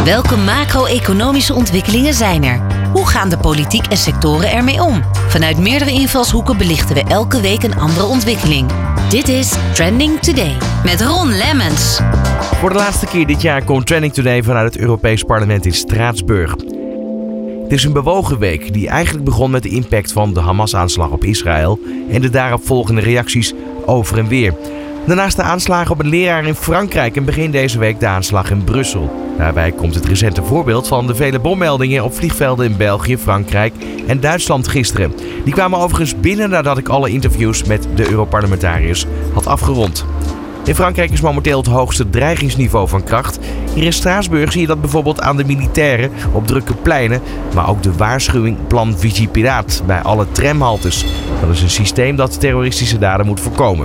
Welke macro-economische ontwikkelingen zijn er? Hoe gaan de politiek en sectoren ermee om? Vanuit meerdere invalshoeken belichten we elke week een andere ontwikkeling. Dit is Trending Today met Ron Lemmens. Voor de laatste keer dit jaar komt Trending Today vanuit het Europees Parlement in Straatsburg. Het is een bewogen week die eigenlijk begon met de impact van de Hamas-aanslag op Israël en de daarop volgende reacties over en weer. Daarnaast de aanslagen op een leraar in Frankrijk en begin deze week de aanslag in Brussel. Daarbij komt het recente voorbeeld van de vele bommeldingen op vliegvelden in België, Frankrijk en Duitsland gisteren. Die kwamen overigens binnen nadat ik alle interviews met de Europarlementariërs had afgerond. In Frankrijk is momenteel het hoogste dreigingsniveau van kracht. Hier in Straatsburg zie je dat bijvoorbeeld aan de militairen op drukke pleinen, maar ook de waarschuwing Plan Vigipirate bij alle tramhaltes. Dat is een systeem dat terroristische daden moet voorkomen.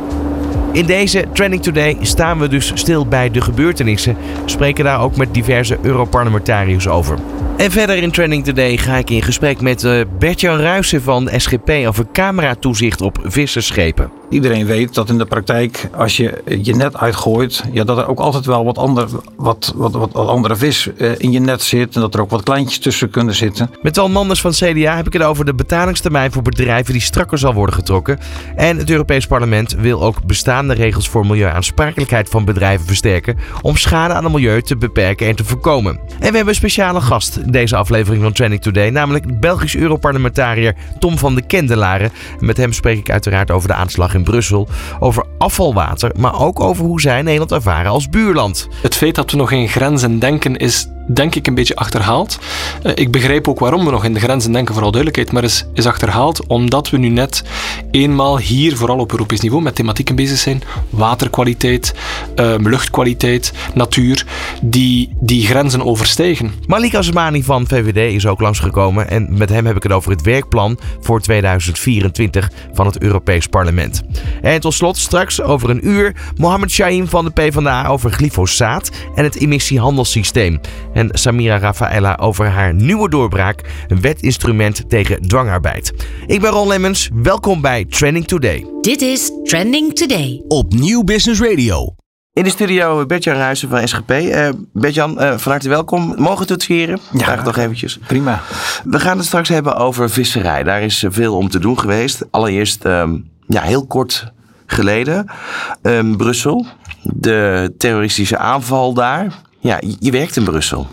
In deze Trending Today staan we dus stil bij de gebeurtenissen. We spreken daar ook met diverse Europarlementariërs over. En verder in Trending Today ga ik in gesprek met Bert-Jan Ruijsen van SGP over cameratoezicht op vissersschepen. Iedereen weet dat in de praktijk, als je je net uitgooit, dat er ook altijd wel wat andere vis in je net zit. En dat er ook wat kleintjes tussen kunnen zitten. Met Twan Manders van CDA heb ik het over de betalingstermijn voor bedrijven die strakker zal worden getrokken. En het Europees Parlement wil ook bestaande regels voor milieuaansprakelijkheid van bedrijven versterken om schade aan het milieu te beperken en te voorkomen. En we hebben een speciale gast in deze aflevering van Trending Today, namelijk Belgisch Europarlementariër Tom van de Kendelare. Met hem spreek ik uiteraard over de aanslag in Brussel, over afvalwater, maar ook over hoe zij Nederland ervaren als buurland. Het feit dat we nog in grenzen denken is denk ik een beetje achterhaald. Ik begrijp ook waarom we nog in de grenzen denken, vooral duidelijkheid, maar is achterhaald omdat we nu net eenmaal hier, vooral op Europees niveau, met thematieken bezig zijn. Waterkwaliteit, luchtkwaliteit, natuur, die grenzen overstijgen. Malik Asmani van VVD is ook langsgekomen en met hem heb ik het over het werkplan voor 2024 van het Europees Parlement. En tot slot straks over een uur Mohammed Shaim van de PvdA over glyfosaat en het emissiehandelssysteem. En Samira Rafaela over haar nieuwe doorbraak, een wetinstrument tegen dwangarbeid. Ik ben Ron Lemmens, welkom bij Trending Today. Dit is Trending Today op Nieuw Business Radio. In de studio Bert-Jan Ruijsen van SGP. Bert-Jan, van harte welkom. Mogen we het scheren? Ja, graag nog eventjes. Prima. We gaan het straks hebben over visserij. Daar is veel om te doen geweest. Allereerst, heel kort geleden, Brussel. De terroristische aanval daar. Ja, je werkt in Brussel.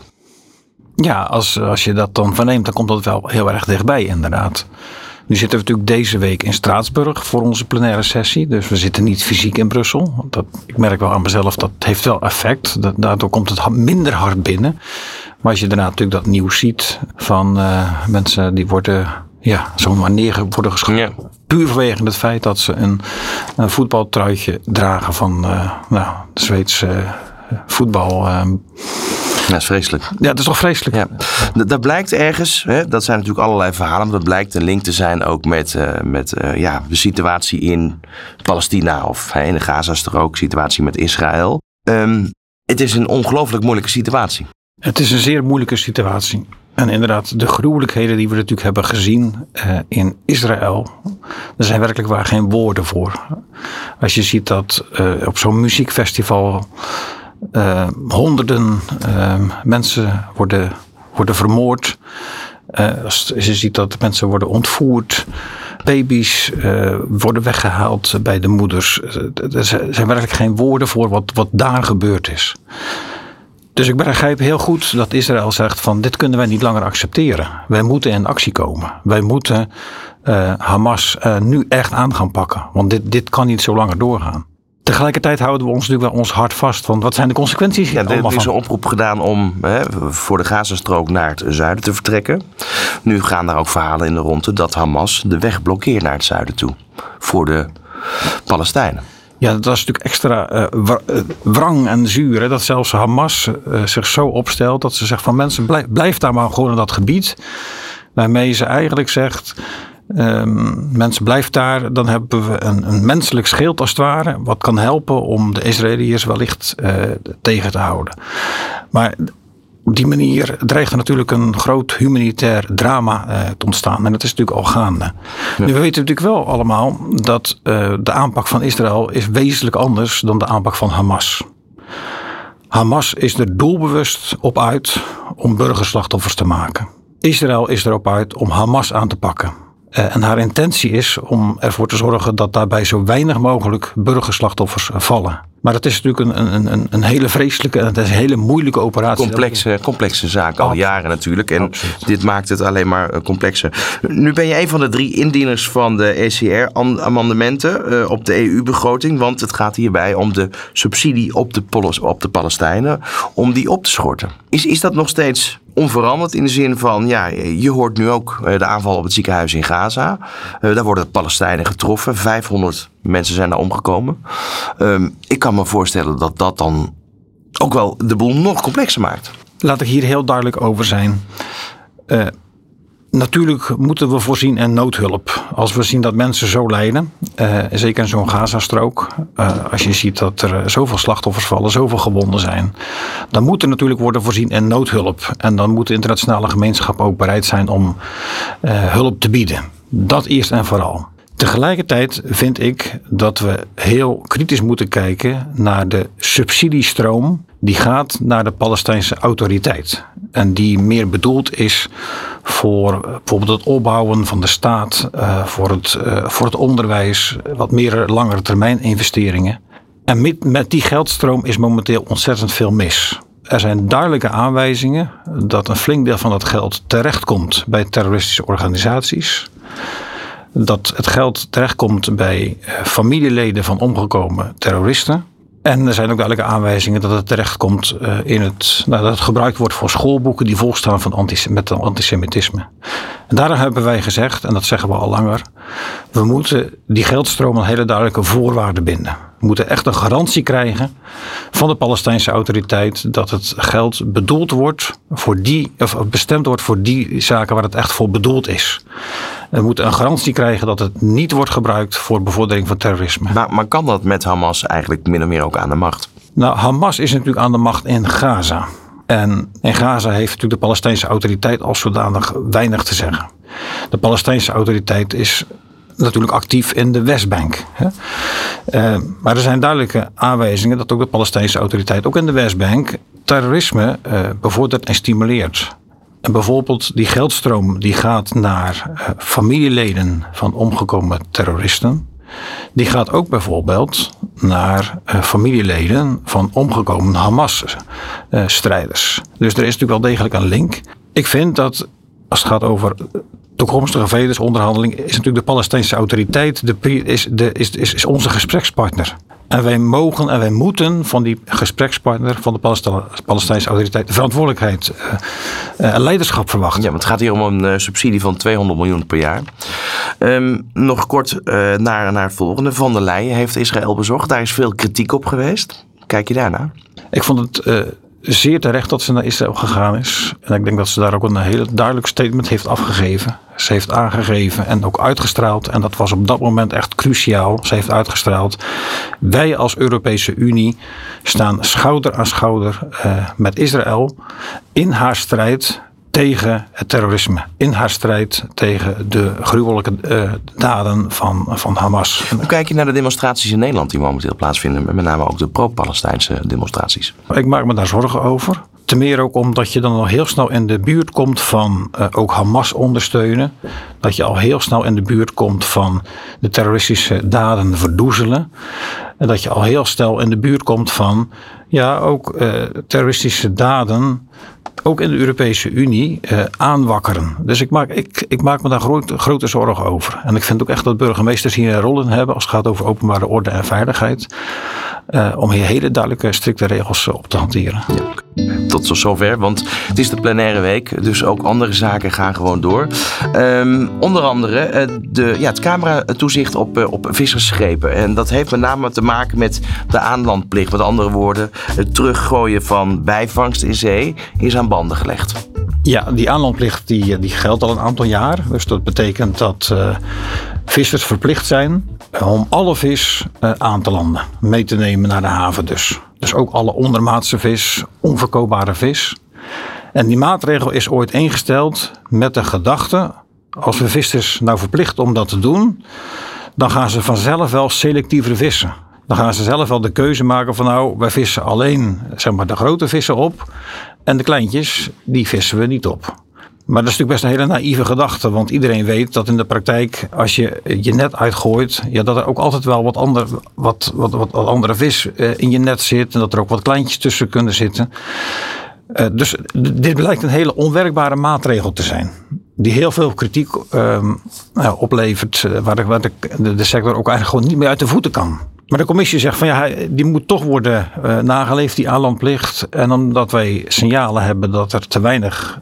Ja, als je dat dan verneemt, dan komt dat wel heel erg dichtbij inderdaad. Nu zitten we natuurlijk deze week in Straatsburg voor onze plenaire sessie. Dus we zitten niet fysiek in Brussel. Ik merk wel aan mezelf, dat heeft wel effect. Daardoor komt het minder hard binnen. Maar als je daarna natuurlijk dat nieuws ziet van mensen die worden zomaar worden geschoten. Ja. Puur vanwege het feit dat ze een voetbaltruitje dragen van de Zweedse voetbal. Ja, dat is vreselijk. Ja, dat is toch vreselijk. Ja. Dat blijkt ergens, dat zijn natuurlijk allerlei verhalen, maar dat blijkt een link te zijn ook met de situatie in Palestina of in de Gazastrook, situatie met Israël. Het is een ongelooflijk moeilijke situatie. Het is een zeer moeilijke situatie. En inderdaad, de gruwelijkheden die we natuurlijk hebben gezien in Israël, er zijn werkelijk waar geen woorden voor. Als je ziet dat op zo'n muziekfestival honderden mensen worden vermoord. Als je ziet dat mensen worden ontvoerd. Baby's worden weggehaald bij de moeders. Er zijn werkelijk geen woorden voor wat daar gebeurd is. Dus ik begrijp heel goed dat Israël zegt van dit kunnen wij niet langer accepteren. Wij moeten in actie komen. Wij moeten Hamas nu echt aan gaan pakken. Want dit kan niet zo langer doorgaan. Tegelijkertijd houden we ons natuurlijk wel ons hart vast. Want wat zijn de consequenties? Ja, er is een oproep gedaan om voor de Gazastrook naar het zuiden te vertrekken. Nu gaan daar ook verhalen in de ronde dat Hamas de weg blokkeert naar het zuiden toe. Voor de Palestijnen. Ja, dat is natuurlijk extra wrang en zuur. Hè? Dat zelfs Hamas zich zo opstelt dat ze zegt van mensen blijf daar maar gewoon in dat gebied. Waarmee ze eigenlijk zegt, mensen blijf daar, dan hebben we een menselijk schild als het ware. Wat kan helpen om de Israëliërs wellicht tegen te houden. Maar op die manier dreigt er natuurlijk een groot humanitair drama te ontstaan. En dat is natuurlijk al gaande. Ja. Nu, we weten natuurlijk wel allemaal dat de aanpak van Israël is wezenlijk anders dan de aanpak van Hamas. Hamas is er doelbewust op uit om burgerslachtoffers te maken. Israël is erop uit om Hamas aan te pakken. En haar intentie is om ervoor te zorgen dat daarbij zo weinig mogelijk burgerslachtoffers vallen. Maar het is natuurlijk een hele vreselijke en het is een hele moeilijke operatie. Complexe zaak al jaren natuurlijk. En absoluut. Dit maakt het alleen maar complexer. Nu ben je een van de 3 indieners van de ECR-amendementen op de EU-begroting. Want het gaat hierbij om de subsidie op de Palestijnen. Om die op te schorten. Is dat nog steeds onveranderd in de zin van, ja, je hoort nu ook de aanval op het ziekenhuis in Gaza. Daar worden Palestijnen getroffen. 500 mensen zijn daar omgekomen. Ik kan me voorstellen dat dat dan ook wel de boel nog complexer maakt. Laat ik hier heel duidelijk over zijn. Natuurlijk moeten we voorzien in noodhulp. Als we zien dat mensen zo lijden, zeker in zo'n Gazastrook. Als je ziet dat er zoveel slachtoffers vallen, zoveel gewonden zijn. Dan moet er natuurlijk worden voorzien in noodhulp. En dan moet de internationale gemeenschap ook bereid zijn om hulp te bieden. Dat eerst en vooral. Tegelijkertijd vind ik dat we heel kritisch moeten kijken naar de subsidiestroom die gaat naar de Palestijnse autoriteit. En die meer bedoeld is voor bijvoorbeeld het opbouwen van de staat, voor het onderwijs, wat meer langere termijn investeringen. En met die geldstroom is momenteel ontzettend veel mis. Er zijn duidelijke aanwijzingen dat een flink deel van dat geld terechtkomt bij terroristische organisaties. Dat het geld terechtkomt bij familieleden van omgekomen terroristen. En er zijn ook duidelijke aanwijzingen dat het terechtkomt dat het gebruikt wordt voor schoolboeken die volstaan met antisemitisme. En daarom hebben wij gezegd, en dat zeggen we al langer, we moeten die geldstroom aan hele duidelijke voorwaarden binden. We moeten echt een garantie krijgen van de Palestijnse autoriteit dat het geld bedoeld wordt bestemd wordt voor die zaken waar het echt voor bedoeld is. We moeten een garantie krijgen dat het niet wordt gebruikt voor bevordering van terrorisme. Maar kan dat met Hamas eigenlijk min of meer ook aan de macht? Nou, Hamas is natuurlijk aan de macht in Gaza. En in Gaza heeft natuurlijk de Palestijnse autoriteit als zodanig weinig te zeggen. De Palestijnse autoriteit is natuurlijk actief in de Westbank. Maar er zijn duidelijke aanwijzingen dat ook de Palestijnse autoriteit, ook in de Westbank, terrorisme bevordert en stimuleert. En bijvoorbeeld die geldstroom die gaat naar familieleden van omgekomen terroristen. Die gaat ook bijvoorbeeld naar familieleden van omgekomen Hamas-strijders. Dus er is natuurlijk wel degelijk een link. Ik vind dat als het gaat over toekomstige vredesonderhandeling is natuurlijk de Palestijnse autoriteit is onze gesprekspartner. En wij mogen en wij moeten van die gesprekspartner van de Palestijnse autoriteit de verantwoordelijkheid en leiderschap verwachten. Ja, want het gaat hier om een subsidie van 200 miljoen per jaar. Nog kort naar het volgende. Van der Leyen heeft Israël bezocht. Daar is veel kritiek op geweest. Kijk je daarnaar? Ik vond het zeer terecht dat ze naar Israël gegaan is. En ik denk dat ze daar ook een hele duidelijk statement heeft afgegeven. Ze heeft aangegeven en ook uitgestraald. En dat was op dat moment echt cruciaal. Ze heeft uitgestraald. Wij als Europese Unie staan schouder aan schouder met Israël in haar strijd tegen het terrorisme. In haar strijd tegen de gruwelijke daden van Hamas. Hoe kijk je naar de demonstraties in Nederland die momenteel plaatsvinden? Met name ook de pro-Palestijnse demonstraties. Ik maak me daar zorgen over. Ten meer ook omdat je dan al heel snel in de buurt komt van ook Hamas ondersteunen. Dat je al heel snel in de buurt komt van de terroristische daden verdoezelen. En dat je al heel snel in de buurt komt van ook terroristische daden ook in de Europese Unie aanwakkeren. Dus ik maak me daar grote zorgen over. En ik vind ook echt dat burgemeesters hier een rol in hebben als het gaat over openbare orde en veiligheid. Om hier hele duidelijke, strikte regels op te hanteren. Ja. Tot zover, want het is de plenaire week. Dus ook andere zaken gaan gewoon door. Onder andere het cameratoezicht op vissersschepen. En dat heeft met name te maken met de aanlandplicht. Met andere woorden, het teruggooien van bijvangst in zee is aan banden gelegd. Ja, die aanlandplicht die geldt al een aantal jaar. Dus dat betekent dat vissers verplicht zijn om alle vis aan te landen. Mee te nemen naar de haven dus. Dus ook alle ondermaatse vis, onverkoopbare vis. En die maatregel is ooit ingesteld met de gedachte, als we vissers nou verplichten om dat te doen, dan gaan ze vanzelf wel selectiever vissen. Dan gaan ze zelf wel de keuze maken van nou, wij vissen alleen zeg maar de grote vissen op. En de kleintjes, die vissen we niet op. Maar dat is natuurlijk best een hele naïeve gedachte. Want iedereen weet dat in de praktijk, als je je net uitgooit, ja, dat er ook altijd wel wat andere vis in je net zit. En dat er ook wat kleintjes tussen kunnen zitten. Dus dit blijkt een hele onwerkbare maatregel te zijn. Die heel veel kritiek oplevert. Waar de sector ook eigenlijk gewoon niet meer uit de voeten kan. Maar de commissie zegt van ja, die moet toch worden nageleefd, die aanlandplicht. En omdat wij signalen hebben dat er te weinig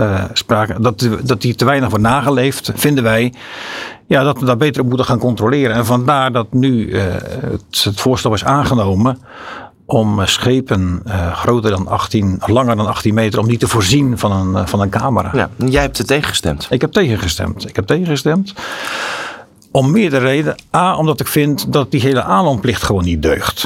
dat die te weinig wordt nageleefd, vinden wij dat we daar beter op moeten gaan controleren. En vandaar dat nu het voorstel is aangenomen om schepen langer dan 18 meter, om die te voorzien van een camera. Ja, jij hebt er tegen gestemd. Ik heb tegengestemd. Om meerdere redenen. A, omdat ik vind dat die hele aanlandplicht gewoon niet deugt.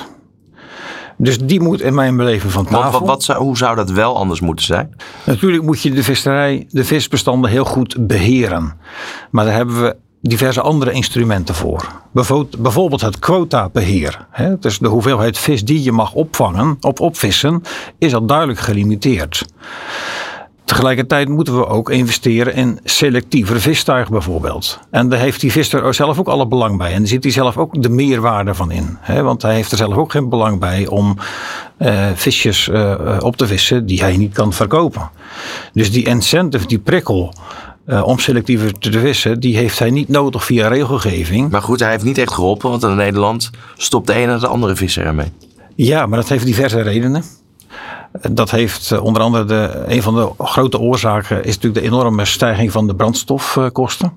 Dus die moet in mijn beleving van tafel. Hoe zou dat wel anders moeten zijn? Natuurlijk moet je de visbestanden heel goed beheren. Maar daar hebben we diverse andere instrumenten voor. Bijvoorbeeld het quotabeheer. Dus de hoeveelheid vis die je mag opvissen, is al duidelijk gelimiteerd. Tegelijkertijd moeten we ook investeren in selectiever vistuig bijvoorbeeld. En daar heeft die visser zelf ook alle belang bij. En daar ziet hij zelf ook de meerwaarde van in. Want hij heeft er zelf ook geen belang bij om visjes op te vissen die hij niet kan verkopen. Dus die incentive, die prikkel om selectiever te vissen, die heeft hij niet nodig via regelgeving. Maar goed, hij heeft niet echt geholpen, want in Nederland stopt de ene en de andere visser ermee. Ja, maar dat heeft diverse redenen. Dat heeft onder andere een van de grote oorzaken is natuurlijk de enorme stijging van de brandstofkosten.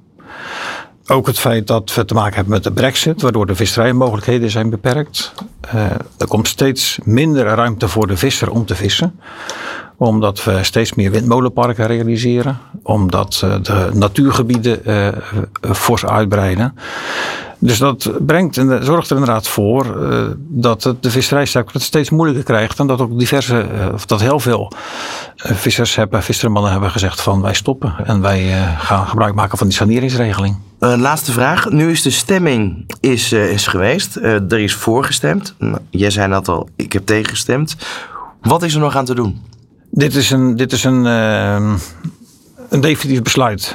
Ook het feit dat we te maken hebben met de Brexit, waardoor de visserijmogelijkheden zijn beperkt. Er komt steeds minder ruimte voor de visser om te vissen. Omdat we steeds meer windmolenparken realiseren. Omdat de natuurgebieden fors uitbreiden. Dus dat zorgt er inderdaad voor dat de visserijsector het steeds moeilijker krijgt. En dat ook heel veel vissermannen hebben gezegd van wij stoppen. En wij gaan gebruik maken van die saneringsregeling. Laatste vraag. Nu is de stemming is geweest. Er is voorgestemd. Jij zei net al, ik heb tegengestemd. Wat is er nog aan te doen? Dit is een definitief besluit.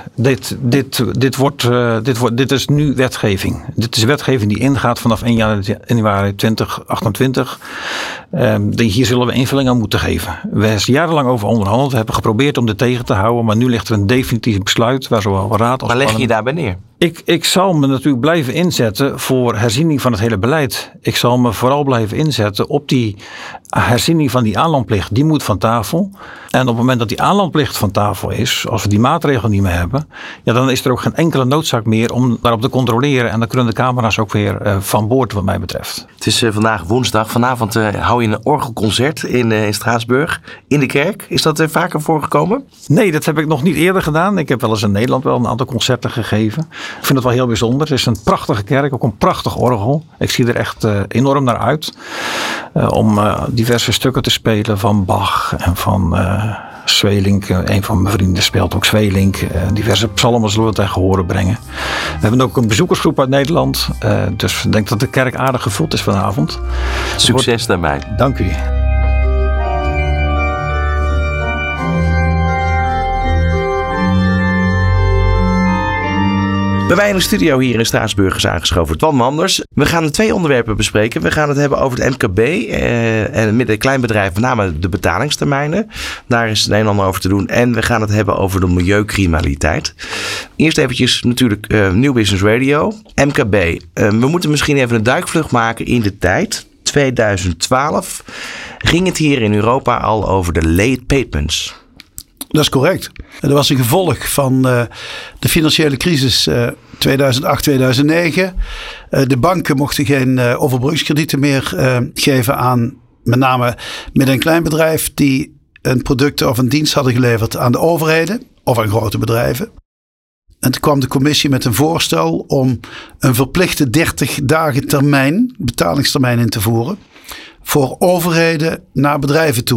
Dit is nu wetgeving. Dit is wetgeving die ingaat vanaf 1 januari 2028. Hier zullen we invulling aan moeten geven. We hebben jarenlang over onderhandeld. We hebben geprobeerd om dit tegen te houden. Maar nu ligt er een definitief besluit waar zowel raad als maar leg je daarbij neer? Ik zal me natuurlijk blijven inzetten voor herziening van het hele beleid. Ik zal me vooral blijven inzetten op die herziening van die aanlandplicht. Die moet van tafel. En op het moment dat die aanlandplicht van tafel is, als we die maatregel niet meer hebben, dan is er ook geen enkele noodzaak meer om daarop te controleren. En dan kunnen de camera's ook weer van boord wat mij betreft. Het is vandaag woensdag. Vanavond hou je een orgelconcert in Straatsburg in de kerk. Is dat vaker voorgekomen? Nee, dat heb ik nog niet eerder gedaan. Ik heb wel eens in Nederland wel een aantal concerten gegeven. Ik vind het wel heel bijzonder. Het is een prachtige kerk, ook een prachtig orgel. Ik zie er echt enorm naar uit. Om diverse stukken te spelen van Bach en van Sweelinck. Een van mijn vrienden speelt ook Sweelinck. Diverse psalmen zullen we tegen horen brengen. We hebben ook een bezoekersgroep uit Nederland. Dus ik denk dat de kerk aardig gevuld is vanavond. Succes daarbij. Dank u. Bij mij in de studio hier in Straatsburg is aangeschoven Twan Manders. We gaan 2 onderwerpen bespreken. We gaan het hebben over het MKB en midden- en kleinbedrijf, met name de betalingstermijnen. Daar is het een en ander over te doen. En we gaan het hebben over de milieucriminaliteit. Eerst eventjes natuurlijk Nieuw Business Radio. MKB. We moeten misschien even een duikvlucht maken in de tijd. 2012 ging het hier in Europa al over de late payments. Dat is correct. Dat was een gevolg van de financiële crisis 2008-2009. De banken mochten geen overbruggingskredieten meer geven aan met name midden- en kleinbedrijf die een product of een dienst hadden geleverd aan de overheden of aan grote bedrijven. En toen kwam de commissie met een voorstel om een verplichte 30 dagen betalingstermijn in te voeren voor overheden naar bedrijven toe.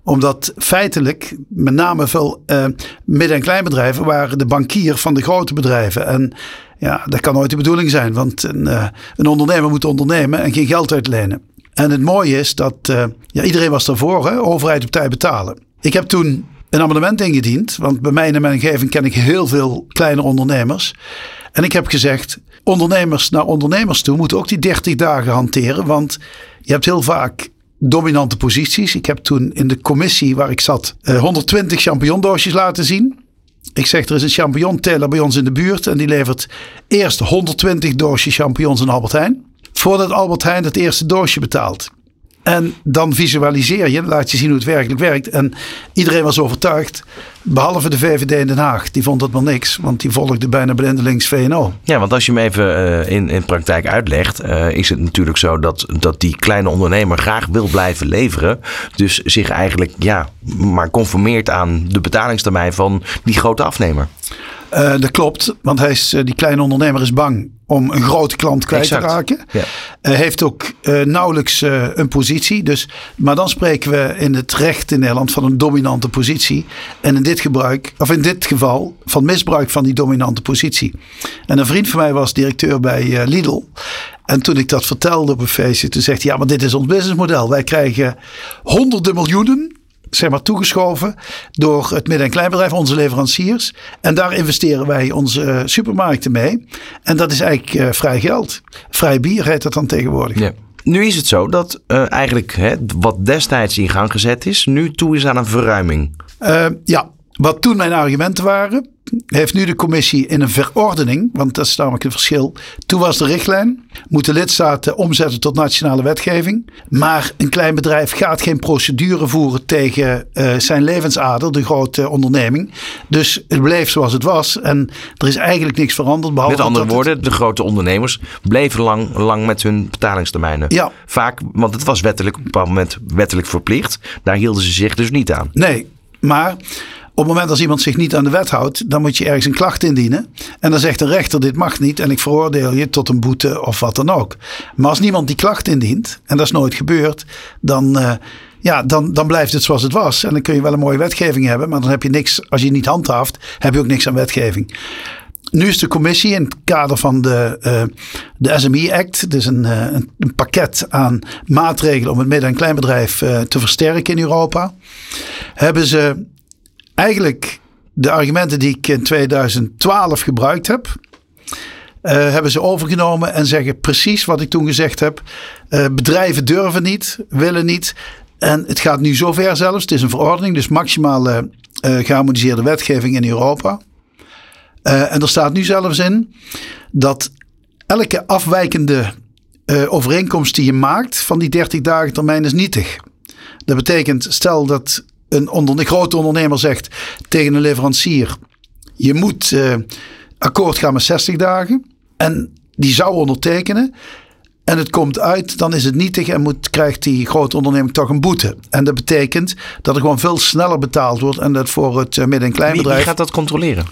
Omdat feitelijk met name veel midden- en kleinbedrijven waren de bankier van de grote bedrijven. En ja, dat kan nooit de bedoeling zijn. Want een ondernemer moet ondernemen en geen geld uitlenen. En het mooie is dat iedereen was daarvoor. Overheid op tijd betalen. Ik heb toen een amendement ingediend. Want bij mij in mijn omgeving ken ik heel veel kleine ondernemers. En ik heb gezegd, ondernemers naar ondernemers toe moeten ook die 30 dagen hanteren. Want je hebt heel vaak dominante posities. Ik heb toen in de commissie waar ik zat 120 champignondoosjes laten zien. Ik zeg, er is een champignonteler bij ons in de buurt. En die levert eerst 120 doosjes champignons aan Albert Heijn. Voordat Albert Heijn het eerste doosje betaalt. En dan visualiseer je, laat je zien hoe het werkelijk werkt. En iedereen was overtuigd, behalve de VVD in Den Haag. Die vond dat maar niks, want die volgde bijna blindelings VNO. Ja, want als je hem even in praktijk uitlegt, is het natuurlijk zo dat die kleine ondernemer graag wil blijven leveren. Dus zich eigenlijk maar conformeert aan de betalingstermijn van die grote afnemer. Dat klopt, want die kleine ondernemer is bang om een grote klant kwijt te raken. Ja. Heeft ook nauwelijks een positie. Maar dan spreken we in het recht in Nederland van een dominante positie. En in dit geval van misbruik van die dominante positie. En een vriend van mij was directeur bij Lidl. En toen ik dat vertelde op een feestje, toen zegt hij, ja, maar dit is ons businessmodel. Wij krijgen honderden miljoenen toegeschoven door het midden- en kleinbedrijf, onze leveranciers. En daar investeren wij onze supermarkten mee. En dat is eigenlijk vrij geld. Vrij bier heet dat dan tegenwoordig. Ja. Nu is het zo dat eigenlijk wat destijds in gang gezet is, nu toe is aan een verruiming. Wat toen mijn argumenten waren, heeft nu de commissie in een verordening, want dat is namelijk een verschil. Toen was de richtlijn, moeten lidstaten omzetten tot nationale wetgeving. Maar een klein bedrijf gaat geen procedure voeren tegen zijn levensader, de grote onderneming. Dus het bleef zoals het was en er is eigenlijk niks veranderd. Met andere woorden, de grote ondernemers bleven lang met hun betalingstermijnen. Ja. Vaak, want het was wettelijk op een bepaald moment wettelijk verplicht. Daar hielden ze zich dus niet aan. Nee, maar op het moment als iemand zich niet aan de wet houdt, dan moet je ergens een klacht indienen. En dan zegt de rechter, dit mag niet en ik veroordeel je tot een boete of wat dan ook. Maar als niemand die klacht indient, en dat is nooit gebeurd, dan blijft het zoals het was. En dan kun je wel een mooie wetgeving hebben, maar dan heb je niks, als je niet handhaaft, heb je ook niks aan wetgeving. Nu is de commissie in het kader van de SME Act, dus een pakket aan maatregelen om het midden- en kleinbedrijf te versterken in Europa, hebben ze eigenlijk de argumenten die ik in 2012 gebruikt heb, hebben ze overgenomen en zeggen precies wat ik toen gezegd heb. Bedrijven durven niet, willen niet. En het gaat nu zover zelfs. Het is een verordening, dus maximale geharmoniseerde wetgeving in Europa. En er staat nu zelfs in dat elke afwijkende overeenkomst die je maakt van die 30 dagen termijn is nietig. Dat betekent, stel dat een grote ondernemer zegt tegen een leverancier, je moet akkoord gaan met 60 dagen. En die zou ondertekenen. En het komt uit, dan is het nietig en krijgt die grote onderneming toch een boete. En dat betekent dat er gewoon veel sneller betaald wordt. En dat voor het midden- en kleinbedrijf. Wie gaat dat controleren?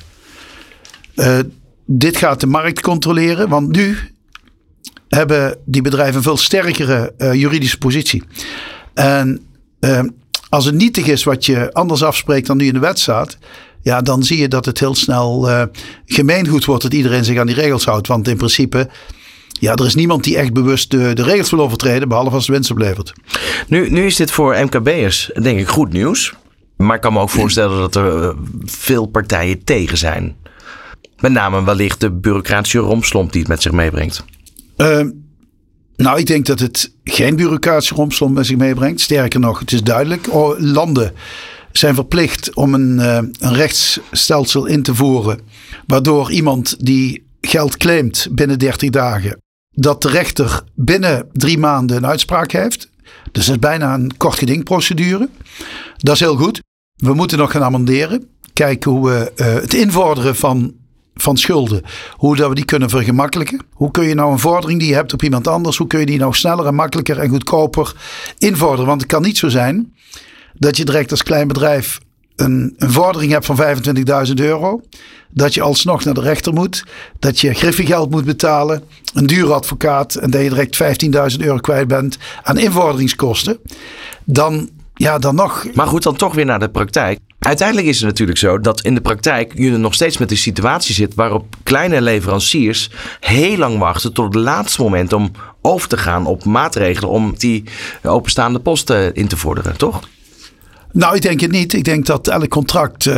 Dit gaat de markt controleren. Want nu hebben die bedrijven een veel sterkere juridische positie. En als het nietig is wat je anders afspreekt dan nu in de wet staat, ja, dan zie je dat het heel snel gemeengoed wordt dat iedereen zich aan die regels houdt. Want in principe, ja, er is niemand die echt bewust de regels wil overtreden, behalve als het winst oplevert. Nu is dit voor MKB'ers denk ik goed nieuws. Maar ik kan me ook voorstellen dat er veel partijen tegen zijn. Met name wellicht de bureaucratische rompslomp die het met zich meebrengt. Nou, ik denk dat het geen bureaucratische rompslomp met zich meebrengt. Sterker nog, het is duidelijk. Landen zijn verplicht om een rechtsstelsel in te voeren, waardoor iemand die geld claimt binnen 30 dagen, dat de rechter binnen 3 maanden een uitspraak heeft. Dus dat is bijna een kort gedingprocedure. Dat is heel goed. We moeten nog gaan amenderen. Kijken hoe we het invorderen van schulden, hoe dat we die kunnen vergemakkelijken. Hoe kun je nou een vordering die je hebt op iemand anders, hoe kun je die nou sneller en makkelijker en goedkoper invorderen? Want het kan niet zo zijn dat je direct als klein bedrijf een vordering hebt van €25.000, dat je alsnog naar de rechter moet, dat je griffegeld moet betalen, een dure advocaat en dat je direct €15.000 kwijt bent aan invorderingskosten. Dan dan nog... Maar goed, dan toch weer naar de praktijk. Uiteindelijk is het natuurlijk zo dat in de praktijk je nog steeds met de situatie zit waarop kleine leveranciers heel lang wachten tot het laatste moment om over te gaan op maatregelen om die openstaande posten in te vorderen, toch? Nou, ik denk het niet. Ik denk dat elk contract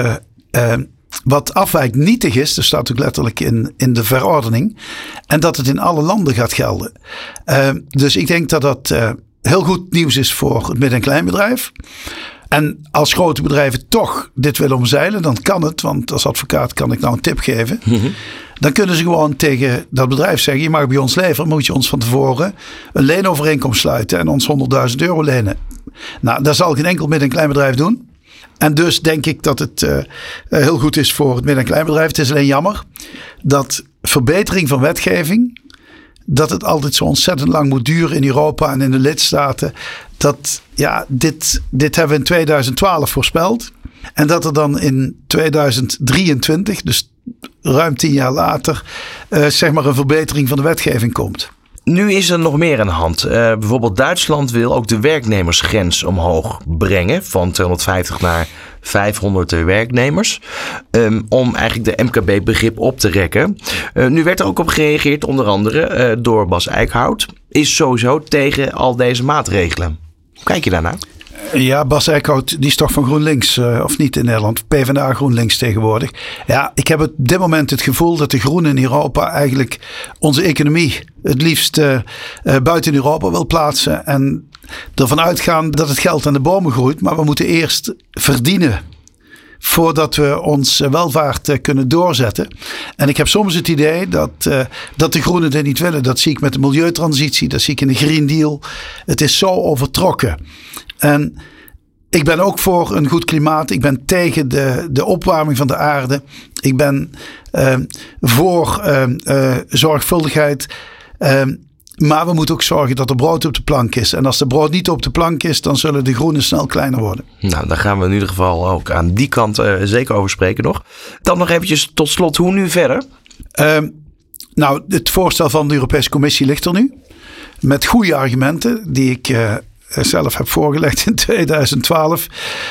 wat afwijkt nietig is. Dat staat ook letterlijk in de verordening. En dat het in alle landen gaat gelden. Dus ik denk dat dat heel goed nieuws is voor het midden- en kleinbedrijf. En als grote bedrijven toch dit willen omzeilen, dan kan het. Want als advocaat kan ik nou een tip geven. Mm-hmm. Dan kunnen ze gewoon tegen dat bedrijf zeggen, je mag bij ons leveren, moet je ons van tevoren een leenovereenkomst sluiten en ons €100.000 lenen. Nou, dat zal geen enkel midden- en kleinbedrijf doen. En dus denk ik dat het heel goed is voor het midden- en kleinbedrijf. Het is alleen jammer dat verbetering van wetgeving, dat het altijd zo ontzettend lang moet duren in Europa en in de lidstaten. Dit hebben we in 2012 voorspeld. En dat er dan in 2023, dus ruim 10 jaar later, zeg maar een verbetering van de wetgeving komt. Nu is er nog meer aan de hand. Bijvoorbeeld Duitsland wil ook de werknemersgrens omhoog brengen. Van 250 naar 500 werknemers. Om eigenlijk de MKB-begrip op te rekken. Nu werd er ook op gereageerd, onder andere door Bas Eickhout. Is sowieso tegen al deze maatregelen. Hoe kijk je daarnaar? Ja, Bas Eickhout, die is toch van GroenLinks, of niet in Nederland, PvdA GroenLinks tegenwoordig. Ja, ik heb op dit moment het gevoel dat de Groenen in Europa eigenlijk onze economie het liefst buiten Europa wil plaatsen. En ervan uitgaan dat het geld aan de bomen groeit, maar we moeten eerst verdienen voordat we ons welvaart kunnen doorzetten. En ik heb soms het idee dat de Groenen dit niet willen. Dat zie ik met de milieutransitie, dat zie ik in de Green Deal. Het is zo overtrokken. En ik ben ook voor een goed klimaat. Ik ben tegen de opwarming van de aarde. Ik ben voor zorgvuldigheid. Maar we moeten ook zorgen dat er brood op de plank is. En als de brood niet op de plank is, dan zullen de groenen snel kleiner worden. Nou, daar gaan we in ieder geval ook aan die kant zeker over spreken nog. Dan nog eventjes tot slot, hoe nu verder? Nou, het voorstel van de Europese Commissie ligt er nu. Met goede argumenten die ik zelf heb voorgelegd in 2012.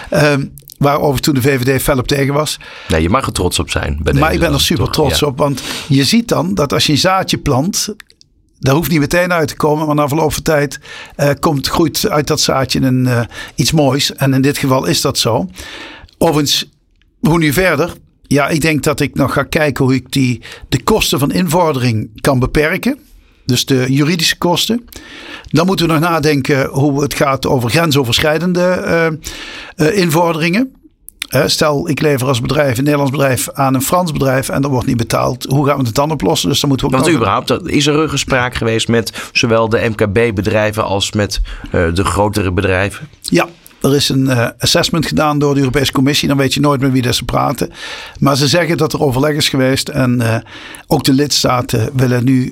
Waarover toen de VVD fel op tegen was. Nee, je mag er trots op zijn. Maar ik ben er super trots op. Want je ziet dan dat als je een zaadje plant, dat hoeft niet meteen uit te komen. Maar na verloop van tijd groeit uit dat zaadje iets moois. En in dit geval is dat zo. Overigens, hoe nu verder? Ja, ik denk dat ik nog ga kijken hoe ik de kosten van invordering kan beperken. Dus de juridische kosten. Dan moeten we nog nadenken hoe het gaat over grensoverschrijdende invorderingen. Stel, ik lever als bedrijf, een Nederlands bedrijf aan een Frans bedrijf en dat wordt niet betaald. Hoe gaan we het dan oplossen? Dus dan moeten we ook. Want überhaupt, is er gesprek geweest met zowel de MKB-bedrijven als met de grotere bedrijven? Ja. Er is een assessment gedaan door de Europese Commissie. Dan weet je nooit met wie dat ze praten. Maar ze zeggen dat er overleg is geweest. En ook de lidstaten willen nu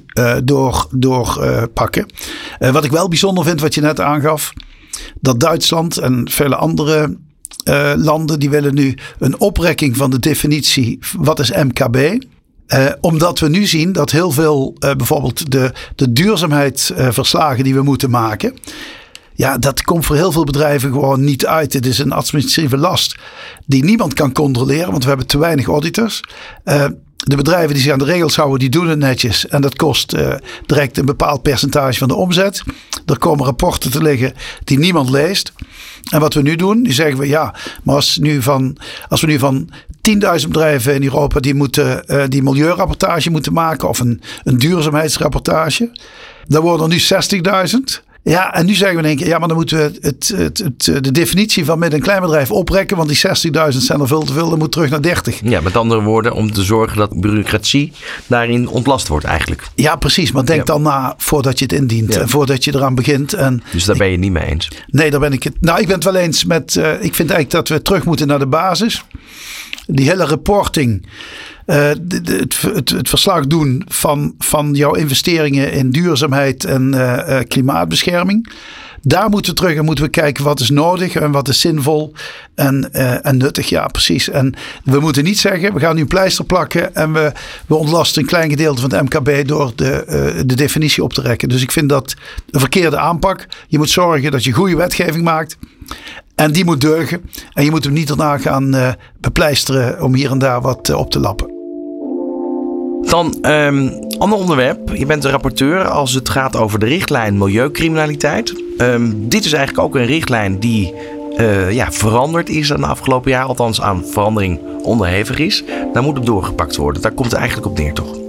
doorpakken. Wat ik wel bijzonder vind, wat je net aangaf. Dat Duitsland en vele andere landen, die willen nu een oprekking van de definitie. Wat is MKB? Omdat we nu zien dat heel veel, bijvoorbeeld de duurzaamheidsverslagen die we moeten maken. Ja, dat komt voor heel veel bedrijven gewoon niet uit. Het is een administratieve last die niemand kan controleren, want we hebben te weinig auditors. De bedrijven die zich aan de regels houden, die doen het netjes. En dat kost direct een bepaald percentage van de omzet. Er komen rapporten te liggen die niemand leest. En wat we nu doen, die zeggen we ja, maar als we nu van 10.000 bedrijven in Europa die milieurapportage moeten maken of een duurzaamheidsrapportage, dan worden er nu 60.000. Ja, en nu zeggen we in één keer, ja, maar dan moeten we de definitie van midden- en kleinbedrijf oprekken, want die 60.000 zijn er veel te veel, dan moet terug naar 30. Ja, met andere woorden, om te zorgen dat bureaucratie daarin ontlast wordt eigenlijk. Ja, precies, maar denk dan na voordat je het indient en voordat je eraan begint. Dus daar ben je niet mee eens? Nee, daar ben ik het. Nou, ik ben het wel eens met, ik vind eigenlijk dat we terug moeten naar de basis. Die hele reporting. Het verslag doen van jouw investeringen in duurzaamheid en klimaatbescherming. Daar moeten we terug en moeten we kijken wat is nodig en wat is zinvol en nuttig. Ja, precies. En we moeten niet zeggen, we gaan nu een pleister plakken en we ontlasten een klein gedeelte van het MKB door de definitie op te rekken. Dus ik vind dat een verkeerde aanpak. Je moet zorgen dat je goede wetgeving maakt. En die moet deugen. En je moet hem niet daarna gaan bepleisteren om hier en daar wat op te lappen. Dan ander onderwerp. Je bent de rapporteur als het gaat over de richtlijn milieucriminaliteit. Dit is eigenlijk ook een richtlijn die veranderd is de afgelopen jaar. Althans aan verandering onderhevig is. Daar moet op doorgepakt worden. Daar komt het eigenlijk op neer, toch?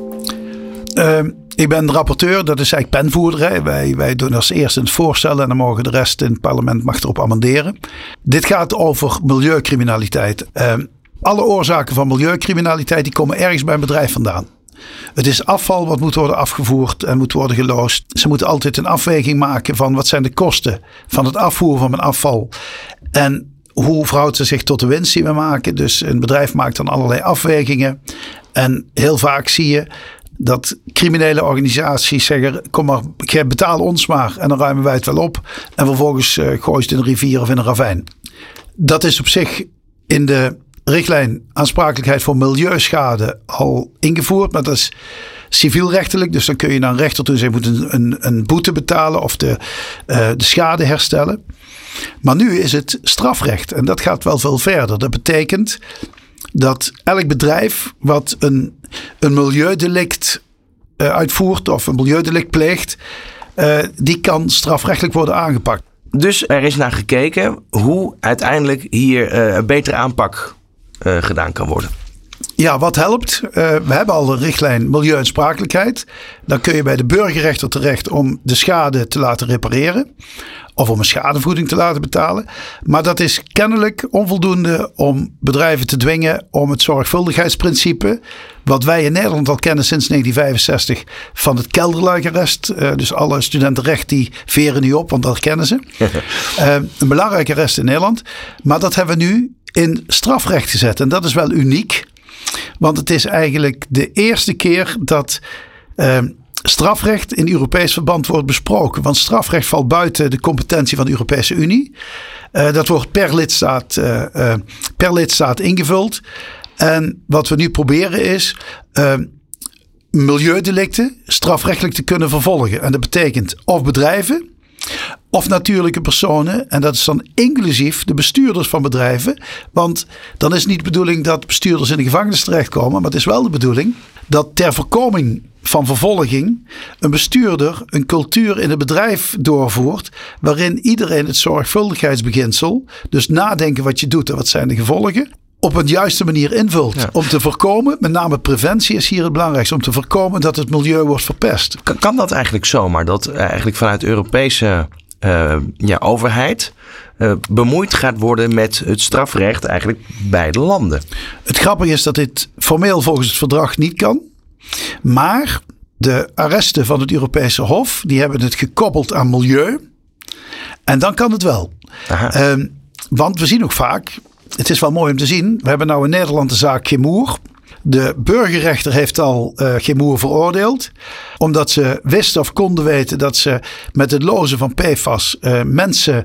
Ik ben de rapporteur, dat is eigenlijk penvoerder. Hè. Wij doen als eerste het voorstellen en dan mogen de rest in het parlement mag erop amenderen. Dit gaat over milieucriminaliteit. Alle oorzaken van milieucriminaliteit die komen ergens bij een bedrijf vandaan. Het is afval wat moet worden afgevoerd en moet worden geloosd. Ze moeten altijd een afweging maken van wat zijn de kosten van het afvoeren van mijn afval. En hoe verhoudt ze zich tot de winst die we maken. Dus een bedrijf maakt dan allerlei afwegingen. En heel vaak zie je dat criminele organisaties zeggen, kom maar, betaal ons maar en dan ruimen wij het wel op. En vervolgens gooi je het in een rivier of in een ravijn. Dat is op zich in de richtlijn aansprakelijkheid voor milieuschade al ingevoerd. Maar dat is civielrechtelijk. Dus dan kun je naar een rechter toe zeggen, je moet een boete betalen of de schade herstellen. Maar nu is het strafrecht en dat gaat wel veel verder. Dat betekent dat elk bedrijf wat een milieudelict uitvoert of een milieudelict pleegt, die kan strafrechtelijk worden aangepakt. Dus er is naar gekeken hoe uiteindelijk hier een betere aanpak gedaan kan worden. Ja, wat helpt? We hebben al een richtlijn milieuaansprakelijkheid. Dan kun je bij de burgerrechter terecht om de schade te laten repareren. Of om een schadevergoeding te laten betalen. Maar dat is kennelijk onvoldoende om bedrijven te dwingen om het zorgvuldigheidsprincipe, wat wij in Nederland al kennen sinds 1965 van het kelderluikarrest. Dus alle studenten recht die veren nu op, want dat kennen ze. Een belangrijk arrest in Nederland. Maar dat hebben we nu in strafrecht gezet. En dat is wel uniek. Want het is eigenlijk de eerste keer dat strafrecht in Europees verband wordt besproken. Want strafrecht valt buiten de competentie van de Europese Unie. Dat wordt per lidstaat ingevuld. En wat we nu proberen is milieudelicten strafrechtelijk te kunnen vervolgen. En dat betekent of bedrijven of natuurlijke personen. En dat is dan inclusief de bestuurders van bedrijven. Want dan is het niet de bedoeling dat bestuurders in de gevangenis terechtkomen. Maar het is wel de bedoeling dat ter voorkoming van vervolging een bestuurder een cultuur in het bedrijf doorvoert waarin iedereen het zorgvuldigheidsbeginsel, dus nadenken wat je doet en wat zijn de gevolgen, op een juiste manier invult. Ja. Om te voorkomen, met name preventie is hier het belangrijkste, om te voorkomen dat het milieu wordt verpest. Kan dat eigenlijk zomaar? Dat eigenlijk vanuit de Europese overheid bemoeid gaat worden met het strafrecht eigenlijk bij de landen? Het grappige is dat dit formeel volgens het verdrag niet kan. Maar de arresten van het Europese Hof, die hebben het gekoppeld aan milieu. En dan kan het wel. Want we zien ook vaak, het is wel mooi om te zien, we hebben nou in Nederland de zaak Chemour. De burgerrechter heeft al Chemour veroordeeld. Omdat ze wisten of konden weten dat ze met het lozen van PFAS mensen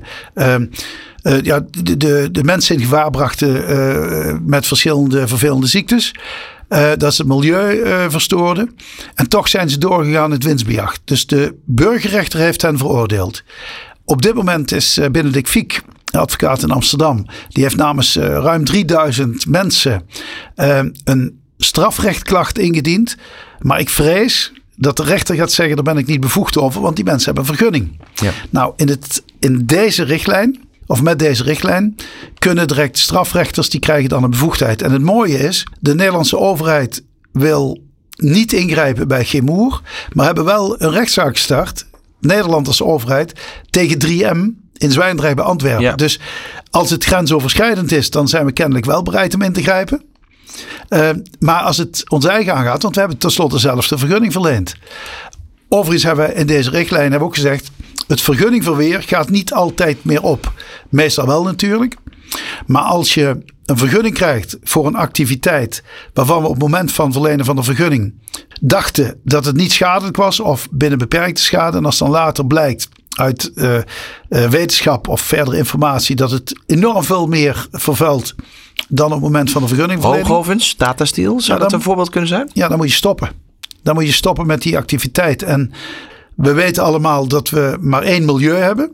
de mensen in gevaar brachten met verschillende vervelende ziektes. Dat ze het milieu verstoorden. En toch zijn ze doorgegaan in het winstbejag. Dus de burgerrechter heeft hen veroordeeld. Op dit moment is Benedict Fiek, advocaat in Amsterdam, die heeft namens ruim 3000 mensen een strafrechtklacht ingediend. Maar ik vrees dat de rechter gaat zeggen, daar ben ik niet bevoegd over, want die mensen hebben een vergunning. Ja. Nou, in deze richtlijn, of met deze richtlijn, kunnen direct strafrechters, die krijgen dan een bevoegdheid. En het mooie is, de Nederlandse overheid wil niet ingrijpen bij Chemour, maar hebben wel een rechtszaak gestart, Nederland als overheid, tegen 3M in Zwijndrecht bij Antwerpen. Ja. Dus als het grensoverschrijdend is, dan zijn we kennelijk wel bereid om in te grijpen. Maar als het ons eigen aangaat, want we hebben tenslotte zelfs de vergunning verleend. Overigens hebben we in deze richtlijn ook gezegd, het vergunningverweer gaat niet altijd meer op. Meestal wel natuurlijk. Maar als je een vergunning krijgt voor een activiteit waarvan we op het moment van verlenen van de vergunning dachten dat het niet schadelijk was of binnen beperkte schade. En als dan later blijkt uit wetenschap of verdere informatie dat het enorm veel meer vervuilt dan op het moment van de vergunningverlening. Hoogovens, Tata Steel, zou dat een voorbeeld kunnen zijn? Ja, dan moet je stoppen. Dan moet je stoppen met die activiteit. En we weten allemaal dat we maar 1 milieu hebben.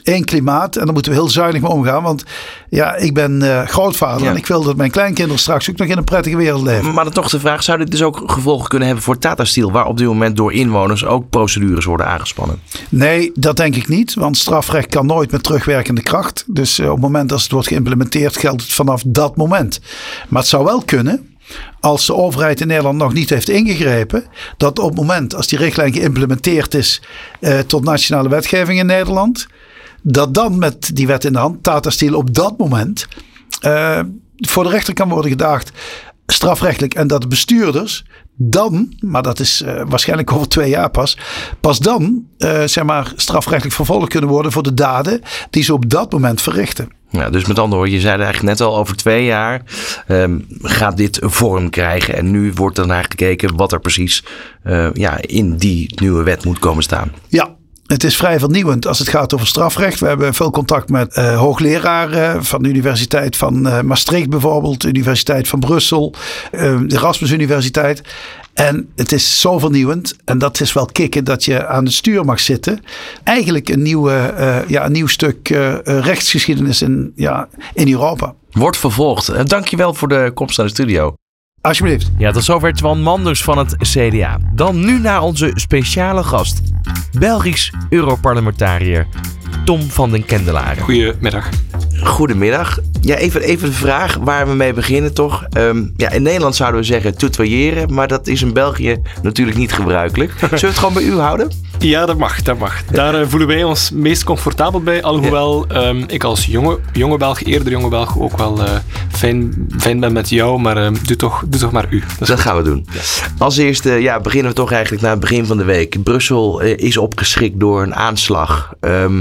één klimaat en daar moeten we heel zuinig mee omgaan. Want ja, ik ben grootvader en ik wil dat mijn kleinkinderen straks ook nog in een prettige wereld leven. Maar dan toch de vraag, zou dit dus ook gevolgen kunnen hebben voor Tata Steel, waar op dit moment door inwoners ook procedures worden aangespannen? Nee, dat denk ik niet, want strafrecht kan nooit met terugwerkende kracht. Dus op het moment dat het wordt geïmplementeerd geldt het vanaf dat moment. Maar het zou wel kunnen, als de overheid in Nederland nog niet heeft ingegrepen, dat op het moment als die richtlijn geïmplementeerd is tot nationale wetgeving in Nederland, dat dan met die wet in de hand Tata Steel op dat moment voor de rechter kan worden gedaagd, strafrechtelijk, en dat de bestuurders dan, maar dat is waarschijnlijk over 2 jaar pas dan strafrechtelijk vervolgd kunnen worden voor de daden die ze op dat moment verrichten. Ja, dus met andere woorden, je zei eigenlijk net al, over 2 jaar gaat dit vorm krijgen. En nu wordt dan naar gekeken wat er precies in die nieuwe wet moet komen staan. Ja. Het is vrij vernieuwend als het gaat over strafrecht. We hebben veel contact met hoogleraren van de Universiteit van Maastricht bijvoorbeeld, de Universiteit van Brussel, de Erasmus Universiteit. En het is zo vernieuwend en dat is wel kicken dat je aan het stuur mag zitten. Eigenlijk een nieuw stuk rechtsgeschiedenis in Europa. Wordt vervolgd. Dankjewel voor de komst naar de studio. Alsjeblieft. Ja, tot zover Twan Manders van het CDA. Dan nu naar onze speciale gast. Belgisch Europarlementariër Tom van den Kendelare. Goedemiddag. Goedemiddag. Ja, even de vraag waar we mee beginnen toch. In Nederland zouden we zeggen tutoyeren, maar dat is in België natuurlijk niet gebruikelijk. Zullen we het gewoon bij u houden? Ja, dat mag. Daar voelen wij ons meest comfortabel bij. Alhoewel ik als jonge Belg, eerder jonge Belg, ook wel fijn ben met jou. Maar doe toch maar u. Dat gaan we doen. Ja. Als eerste beginnen we toch eigenlijk naar het begin van de week. Brussel is opgeschrikt door een aanslag.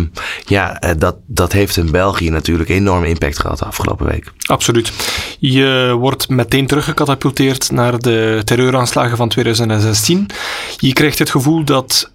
Dat heeft in België natuurlijk enorm impact gehad de afgelopen week. Absoluut. Je wordt meteen teruggecatapulteerd naar de terreuraanslagen van 2016. Je krijgt het gevoel dat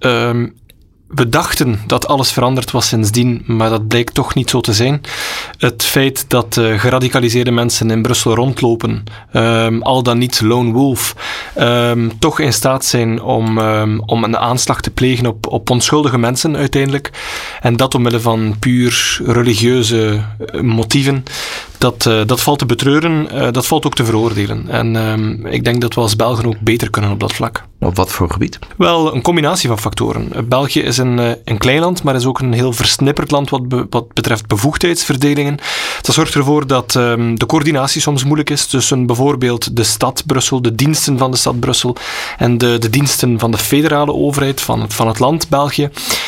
we dachten dat alles veranderd was sindsdien, maar dat bleek toch niet zo te zijn. Het feit dat geradicaliseerde mensen in Brussel rondlopen, al dan niet lone wolf, toch in staat zijn om een aanslag te plegen op onschuldige mensen uiteindelijk. En dat omwille van puur religieuze motieven. Dat valt te betreuren, dat valt ook te veroordelen. En ik denk dat we als Belgen ook beter kunnen op dat vlak. Op wat voor gebied? Wel, een combinatie van factoren. België is een klein land, maar is ook een heel versnipperd land wat betreft bevoegdheidsverdelingen. Dat zorgt ervoor dat de coördinatie soms moeilijk is tussen bijvoorbeeld de stad Brussel, de diensten van de stad Brussel en de diensten van de federale overheid van het land België.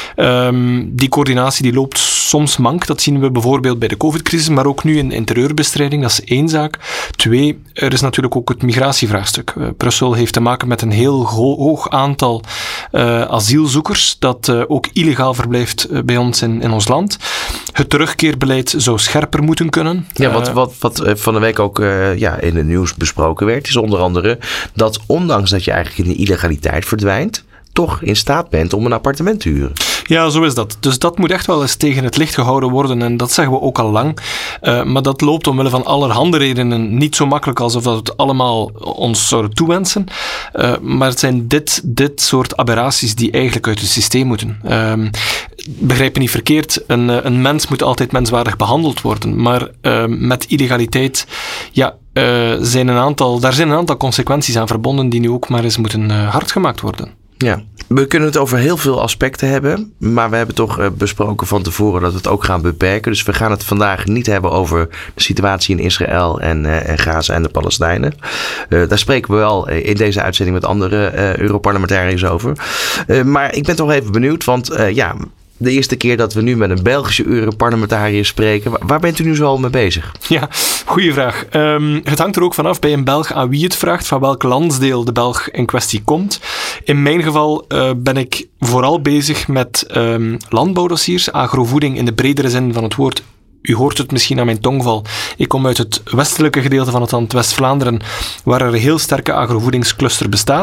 Die coördinatie die loopt soms mank. Dat zien we bijvoorbeeld bij de COVID-crisis, maar ook nu in terreurbestrijding. Dat is 1 zaak. 2, er is natuurlijk ook het migratievraagstuk. Brussel heeft te maken met een heel hoog aantal asielzoekers dat ook illegaal verblijft bij ons in ons land. Het terugkeerbeleid zou scherper moeten kunnen. Ja, wat van de week ook in het nieuws besproken werd, is onder andere dat ondanks dat je eigenlijk in de illegaliteit verdwijnt, toch in staat bent om een appartement te huren. Ja, zo is dat. Dus dat moet echt wel eens tegen het licht gehouden worden en dat zeggen we ook al lang. Maar dat loopt omwille van allerhande redenen niet zo makkelijk alsof dat het allemaal ons zouden toewensen. Maar het zijn dit soort aberraties die eigenlijk uit het systeem moeten. Begrijp me niet verkeerd, een mens moet altijd menswaardig behandeld worden. Maar met illegaliteit, daar zijn een aantal consequenties aan verbonden die nu ook maar eens moeten hard gemaakt worden. Ja, we kunnen het over heel veel aspecten hebben, maar we hebben toch besproken van tevoren dat we het ook gaan beperken. Dus we gaan het vandaag niet hebben over de situatie in Israël en Gaza en de Palestijnen. Daar spreken we wel in deze uitzending met andere Europarlementariërs over. Maar ik ben toch even benieuwd, want de eerste keer dat we nu met een Belgische Europarlementariër spreken. Waar bent u nu zo al mee bezig? Ja, goeie vraag. Het hangt er ook vanaf bij een Belg aan wie het vraagt, van welk landsdeel de Belg in kwestie komt. In mijn geval ben ik vooral bezig met landbouwdossiers, agrovoeding in de bredere zin van het woord. U hoort het misschien aan mijn tongval. Ik kom uit het westelijke gedeelte van het land West-Vlaanderen, waar er een heel sterke agrovoedingscluster bestaat.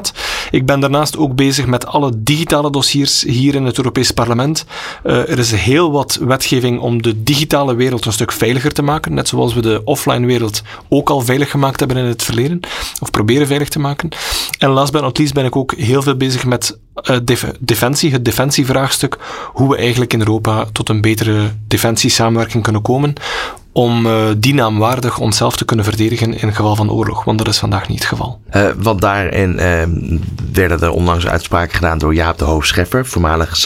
Ik ben daarnaast ook bezig met alle digitale dossiers hier in het Europees Parlement. Er is heel wat wetgeving om de digitale wereld een stuk veiliger te maken, net zoals we de offline wereld ook al veilig gemaakt hebben in het verleden, of proberen veilig te maken. En last but not least ben ik ook heel veel bezig met defensie, het defensievraagstuk, hoe we eigenlijk in Europa tot een betere defensiesamenwerking kunnen komen, om die naamwaardig onszelf te kunnen verdedigen in geval van oorlog. Want dat is vandaag niet het geval. Want daarin werden er onlangs uitspraken gedaan door Jaap de Hoop Scheffer, voormalig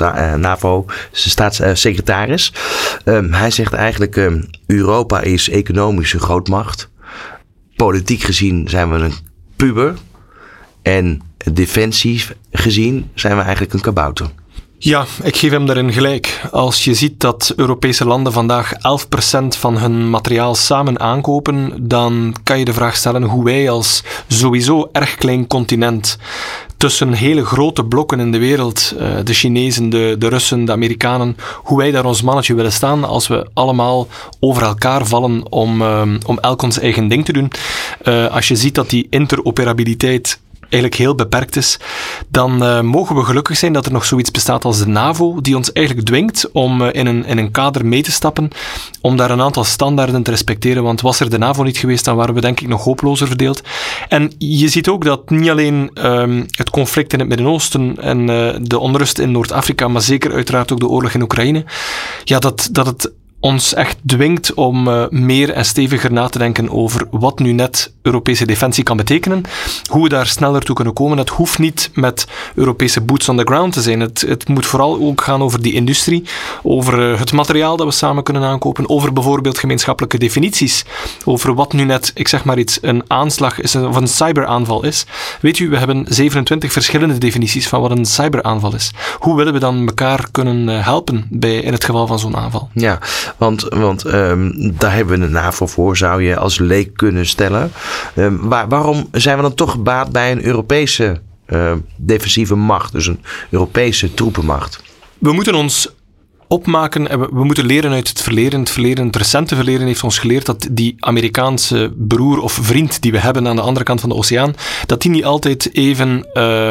NAVO-staatssecretaris. Hij zegt eigenlijk, Europa is economische grootmacht. Politiek gezien zijn we een puber. En defensief gezien zijn we eigenlijk een kabouter. Ja, ik geef hem daarin gelijk. Als je ziet dat Europese landen vandaag 11% van hun materiaal samen aankopen, dan kan je de vraag stellen hoe wij als sowieso erg klein continent tussen hele grote blokken in de wereld, de Chinezen, de Russen, de Amerikanen, hoe wij daar ons mannetje willen staan als we allemaal over elkaar vallen om elk ons eigen ding te doen. Als je ziet dat die interoperabiliteit eigenlijk heel beperkt is, dan mogen we gelukkig zijn dat er nog zoiets bestaat als de NAVO, die ons eigenlijk dwingt om in een kader mee te stappen, om daar een aantal standaarden te respecteren, want was er de NAVO niet geweest, dan waren we denk ik nog hopelozer verdeeld. En je ziet ook dat niet alleen het conflict in het Midden-Oosten en de onrust in Noord-Afrika, maar zeker uiteraard ook de oorlog in Oekraïne, ja, dat het ons echt dwingt om meer en steviger na te denken over wat nu net Europese defensie kan betekenen. Hoe we daar sneller toe kunnen komen. Het hoeft niet met Europese boots on the ground te zijn. Het moet vooral ook gaan over die industrie, over het materiaal dat we samen kunnen aankopen, over bijvoorbeeld gemeenschappelijke definities, over wat nu net, ik zeg maar iets, een aanslag is of een cyberaanval is. Weet u, we hebben 27 verschillende definities van wat een cyberaanval is. Hoe willen we dan elkaar kunnen helpen in het geval van zo'n aanval? Ja, want daar hebben we de NAVO voor, zou je als leek kunnen stellen. Waarom zijn we dan toch gebaat bij een Europese defensieve macht, dus een Europese troepenmacht? We moeten ons opmaken en we moeten leren uit het verleden. Het recente verleden heeft ons geleerd dat die Amerikaanse broer of vriend die we hebben aan de andere kant van de oceaan, dat die niet altijd even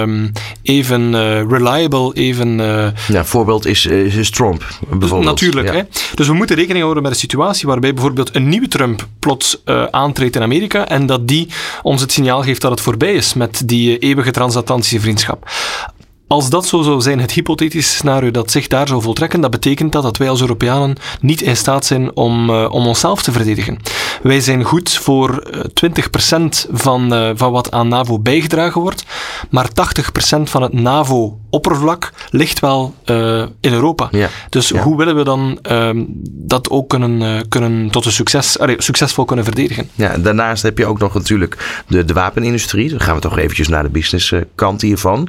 reliable, voorbeeld is Trump, bijvoorbeeld. Natuurlijk, ja. Hè? Dus we moeten rekening houden met een situatie waarbij bijvoorbeeld een nieuwe Trump plots aantreedt in Amerika en dat die ons het signaal geeft dat het voorbij is met die eeuwige transatlantische vriendschap. Als dat zo zou zijn, het hypothetische scenario dat zich daar zou voltrekken, dat betekent dat wij als Europeanen niet in staat zijn om onszelf te verdedigen. Wij zijn goed voor 20% van wat aan NAVO bijgedragen wordt, maar 80% van het NAVO-oppervlak ligt wel in Europa. Ja, dus hoe willen we dan dat ook kunnen tot een succesvol kunnen verdedigen? Ja, daarnaast heb je ook nog natuurlijk de wapenindustrie. Dan gaan we toch eventjes naar de businesskant hiervan.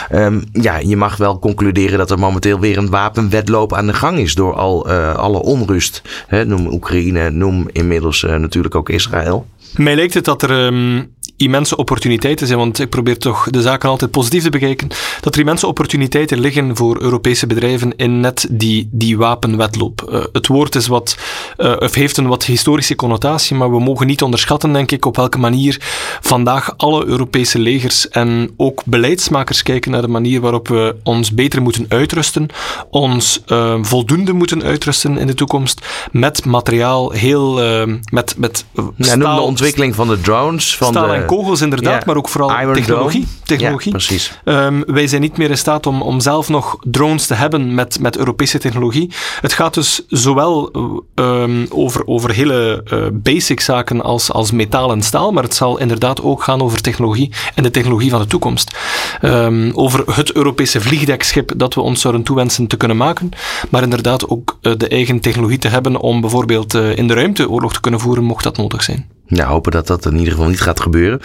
Je mag wel concluderen dat er momenteel weer een wapenwedloop aan de gang is door alle onrust. Noem Oekraïne, noem inmiddels natuurlijk ook Israël. Mij lijkt het dat er immense opportuniteiten zijn, want ik probeer toch de zaken altijd positief te bekijken, dat er immense opportuniteiten liggen voor Europese bedrijven in net die wapenwedloop. Het woord is heeft een wat historische connotatie, maar we mogen niet onderschatten, denk ik, op welke manier vandaag alle Europese legers en ook beleidsmakers kijken naar de manier waarop we ons beter moeten uitrusten, ons voldoende moeten uitrusten in de toekomst met materiaal, met staal. Noem de ontwikkeling van de drones, van staal en kogels inderdaad, maar ook vooral technologie. Ja, precies. Wij zijn niet meer in staat om zelf nog drones te hebben met Europese technologie. Het gaat dus zowel over hele basic zaken als metaal en staal, maar het zal inderdaad ook gaan over technologie en de technologie van de toekomst. Over het Europese vliegdekschip dat we ons zouden toewensen te kunnen maken, maar inderdaad ook de eigen technologie te hebben om bijvoorbeeld in de ruimte oorlog te kunnen voeren, mocht dat nodig zijn. Ja, hopen dat dat in ieder geval niet gaat gebeuren.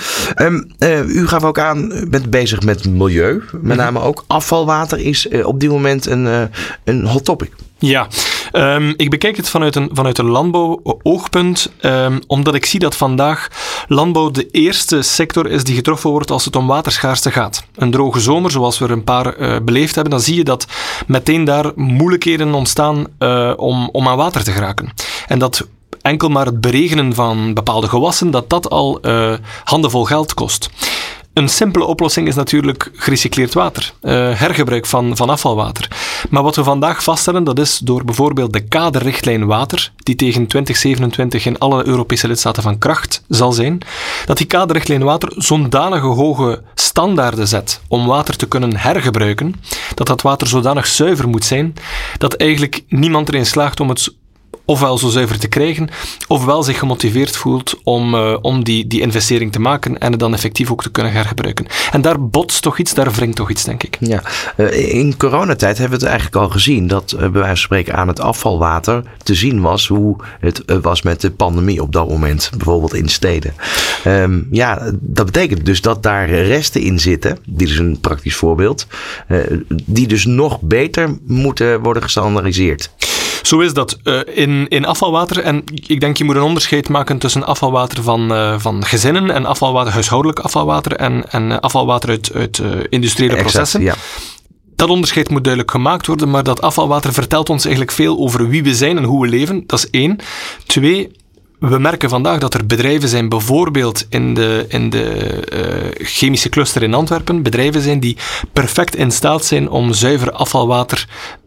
U gaf ook aan, bent bezig met milieu. Met name ook afvalwater is op dit moment een hot topic. Ja, ik bekijk het vanuit een landbouwoogpunt, omdat ik zie dat vandaag landbouw de eerste sector is die getroffen wordt als het om waterschaarste gaat. Een droge zomer, zoals we er een paar beleefd hebben, dan zie je dat meteen daar moeilijkheden ontstaan om aan water te geraken. En dat enkel maar het beregenen van bepaalde gewassen, dat al handenvol geld kost. Een simpele oplossing is natuurlijk gerecycleerd water. Hergebruik van afvalwater. Maar wat we vandaag vaststellen, dat is door bijvoorbeeld de kaderrichtlijn water, die tegen 2027 in alle Europese lidstaten van kracht zal zijn, dat die kaderrichtlijn water zodanige hoge standaarden zet om water te kunnen hergebruiken, dat water zodanig zuiver moet zijn, dat eigenlijk niemand erin slaagt om het ofwel zo zuiver te krijgen, ofwel zich gemotiveerd voelt om die investering te maken en het dan effectief ook te kunnen hergebruiken. En daar botst toch iets, daar wringt toch iets, denk ik. Ja. In coronatijd hebben we het eigenlijk al gezien dat bij wijze van spreken aan het afvalwater te zien was hoe het was met de pandemie op dat moment, bijvoorbeeld in steden. Dat betekent dus dat daar resten in zitten, dit is een praktisch voorbeeld, die dus nog beter moeten worden gestandaardiseerd. Zo is dat. In afvalwater, en ik denk je moet een onderscheid maken tussen afvalwater van gezinnen en afvalwater, huishoudelijk afvalwater en afvalwater uit industriële processen. Ja. Dat onderscheid moet duidelijk gemaakt worden, maar dat afvalwater vertelt ons eigenlijk veel over wie we zijn en hoe we leven. Dat is 1. 2, we merken vandaag dat er bedrijven zijn, bijvoorbeeld in de chemische cluster in Antwerpen, bedrijven zijn die perfect in staat zijn om zuiver afvalwater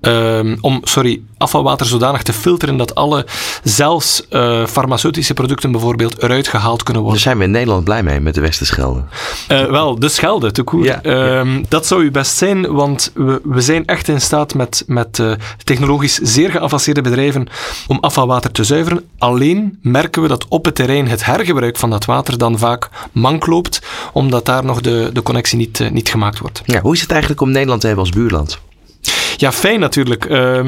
zodanig te filteren dat alle, zelfs farmaceutische producten bijvoorbeeld, eruit gehaald kunnen worden. Daar zijn we in Nederland blij mee met de Westerschelde. Wel, de Schelde, te koer. Ja. Dat zou u best zijn, want we zijn echt in staat met technologisch zeer geavanceerde bedrijven om afvalwater te zuiveren. Alleen merken we dat op het terrein het hergebruik van dat water dan vaak mank loopt, omdat daar nog de connectie niet gemaakt wordt. Ja, hoe is het eigenlijk om Nederland te hebben als buurland? Ja, fijn natuurlijk.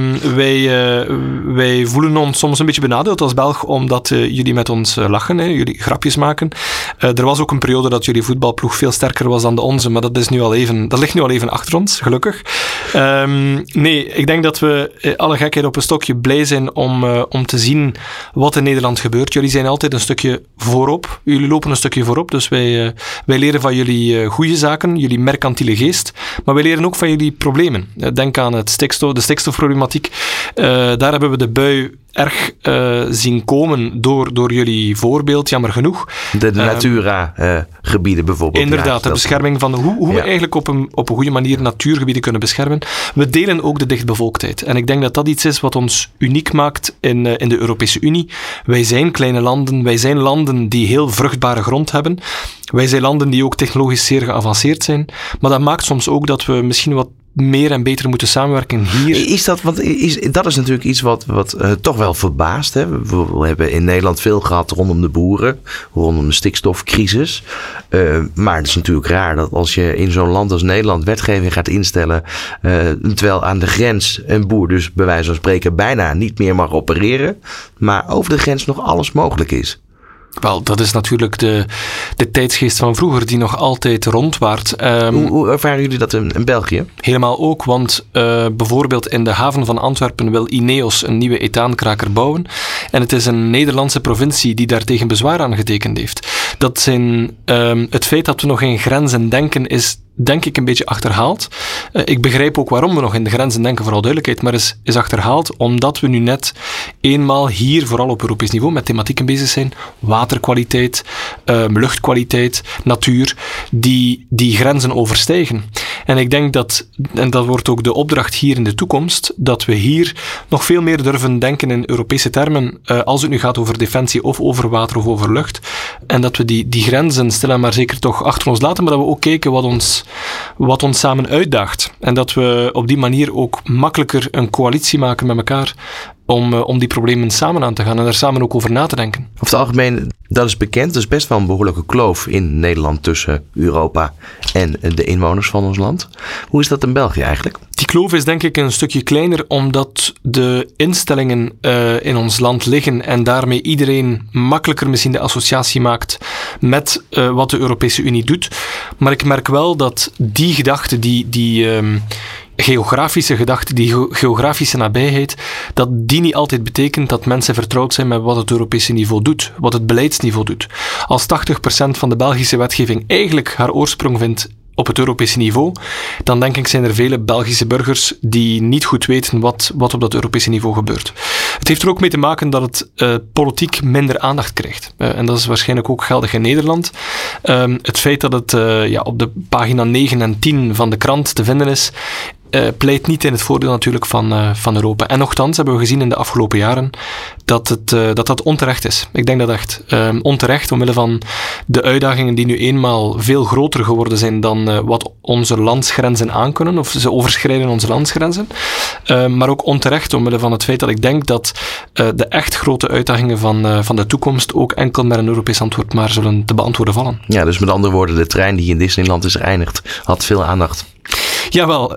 Wij voelen ons soms een beetje benadeeld als Belg, omdat jullie met ons lachen, jullie grapjes maken. Er was ook een periode dat jullie voetbalploeg veel sterker was dan de onze, maar dat ligt nu al even achter ons, gelukkig. Nee, ik denk dat we, alle gekheid op een stokje, blij zijn om te zien wat in Nederland gebeurt. Jullie zijn altijd een stukje voorop. Jullie lopen een stukje voorop, dus wij leren van jullie goede zaken, jullie mercantiele geest, maar wij leren ook van jullie problemen. Denk aan de stikstofproblematiek. Daar hebben we de bui erg zien komen door jullie voorbeeld, jammer genoeg. De Natura-gebieden bijvoorbeeld. Inderdaad, de bescherming van hoe we eigenlijk op een goede manier natuurgebieden kunnen beschermen. We delen ook de dichtbevolktheid. En ik denk dat dat iets is wat ons uniek maakt in de Europese Unie. Wij zijn kleine landen, wij zijn landen die heel vruchtbare grond hebben. Wij zijn landen die ook technologisch zeer geavanceerd zijn. Maar dat maakt soms ook dat we misschien wat meer en beter moeten samenwerken hier. Is dat, want dat is natuurlijk iets wat toch wel verbaast. Hè? We hebben in Nederland veel gehad rondom de boeren, rondom de stikstofcrisis. Maar het is natuurlijk raar dat als je in zo'n land als Nederland wetgeving gaat instellen, terwijl aan de grens een boer dus bij wijze van spreken bijna niet meer mag opereren, maar over de grens nog alles mogelijk is. Wel, dat is natuurlijk de tijdsgeest van vroeger die nog altijd rondwaart. Hoe ervaren jullie dat in België? Helemaal ook, want bijvoorbeeld in de haven van Antwerpen wil Ineos een nieuwe ethaankraker bouwen. En het is een Nederlandse provincie die daartegen bezwaar aangetekend heeft. Dat zijn, het feit dat we nog in grenzen denken is, denk ik, een beetje achterhaald. Ik begrijp ook waarom we nog in de grenzen denken, vooral duidelijkheid, maar is achterhaald omdat we nu net eenmaal hier, vooral op Europees niveau, met thematieken bezig zijn. Waterkwaliteit, luchtkwaliteit, natuur, die grenzen overstijgen. En ik denk dat, en dat wordt ook de opdracht hier in de toekomst, dat we hier nog veel meer durven denken in Europese termen, als het nu gaat over defensie of over water of over lucht. En dat we die grenzen stilaan maar zeker toch achter ons laten, maar dat we ook kijken wat ons samen uitdaagt. En dat we op die manier ook makkelijker een coalitie maken met elkaar om die problemen samen aan te gaan en daar samen ook over na te denken. Over het algemeen, dat is bekend, er is best wel een behoorlijke kloof in Nederland tussen Europa en de inwoners van ons land. Hoe is dat in België eigenlijk? Die kloof is denk ik een stukje kleiner omdat de instellingen in ons land liggen en daarmee iedereen makkelijker misschien de associatie maakt met wat de Europese Unie doet. Maar ik merk wel dat die gedachte, die geografische gedachte, die geografische nabijheid, dat die niet altijd betekent dat mensen vertrouwd zijn met wat het Europese niveau doet, wat het beleidsniveau doet. Als 80% van de Belgische wetgeving eigenlijk haar oorsprong vindt op het Europese niveau, dan denk ik zijn er vele Belgische burgers die niet goed weten wat op dat Europese niveau gebeurt. Het heeft er ook mee te maken dat het politiek minder aandacht krijgt. En dat is waarschijnlijk ook geldig in Nederland. Het feit dat het op de pagina 9 en 10 van de krant te vinden is, pleit niet in het voordeel natuurlijk van Europa. En nochtans hebben we gezien in de afgelopen jaren dat onterecht is. Ik denk dat echt onterecht, omwille van de uitdagingen die nu eenmaal veel groter geworden zijn dan wat onze landsgrenzen aankunnen, of ze overschrijden onze landsgrenzen. Maar ook onterecht, omwille van het feit dat ik denk dat de echt grote uitdagingen van de toekomst ook enkel met een Europees antwoord maar zullen te beantwoorden vallen. Ja, dus met andere woorden, de trein die in Disneyland is geëindigd, had veel aandacht. Jawel,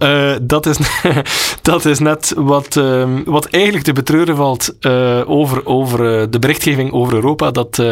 dat is net wat eigenlijk te betreuren valt over de berichtgeving over Europa,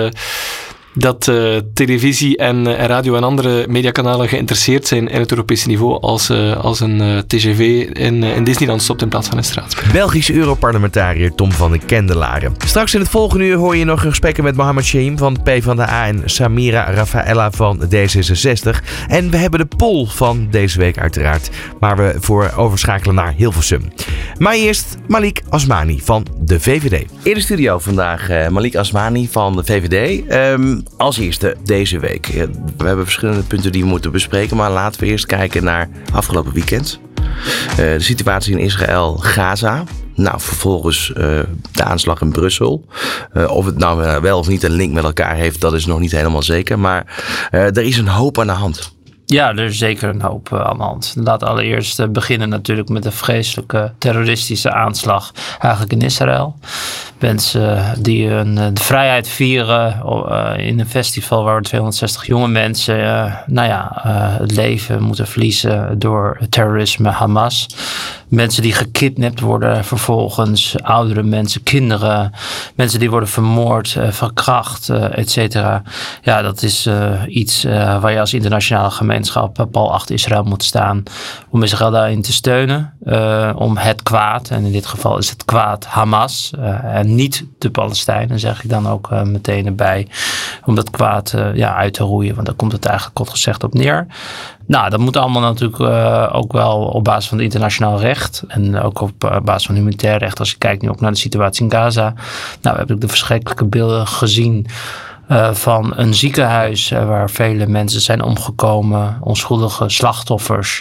dat televisie en radio en andere mediakanalen geïnteresseerd zijn in het Europese niveau als een TGV in Disneyland stopt in plaats van in Straatsburg. Belgische Europarlementariër Tom van den Kendelare. Straks in het volgende uur hoor je nog gesprekken met Mohamed Shaim van PvdA en Samira Rafaela van D66. En we hebben de poll van deze week uiteraard, waar we voor overschakelen naar Hilversum. Maar eerst Malik Asmani van de VVD. In de studio vandaag Malik Asmani van de VVD. Als eerste deze week. We hebben verschillende punten die we moeten bespreken, maar laten we eerst kijken naar afgelopen weekend. De situatie in Israël, Gaza. Nou, vervolgens de aanslag in Brussel. Of het nou wel of niet een link met elkaar heeft, dat is nog niet helemaal zeker. Maar er is een hoop aan de hand. Ja, er is zeker een hoop aan de hand. Laat allereerst beginnen natuurlijk met de vreselijke terroristische aanslag eigenlijk in Israël. Mensen die de vrijheid vieren in een festival waar 260 jonge mensen het leven moeten verliezen door terrorisme, Hamas. Mensen die gekidnapt worden vervolgens, oudere mensen, kinderen, mensen die worden vermoord, verkracht, et cetera. Ja, dat is iets waar je als internationale gemeenschap pal achter Israël moet staan om Israël daarin te steunen. Om het kwaad, en in dit geval is het kwaad Hamas en niet de Palestijnen, zeg ik dan ook meteen erbij. Om dat kwaad uit te roeien, want daar komt het eigenlijk kort gezegd op neer. Nou, dat moet allemaal natuurlijk ook wel op basis van het internationaal recht en ook op basis van humanitair recht. Als je kijkt nu ook naar de situatie in Gaza. Nou, we hebben de verschrikkelijke beelden gezien van een ziekenhuis waar vele mensen zijn omgekomen, onschuldige slachtoffers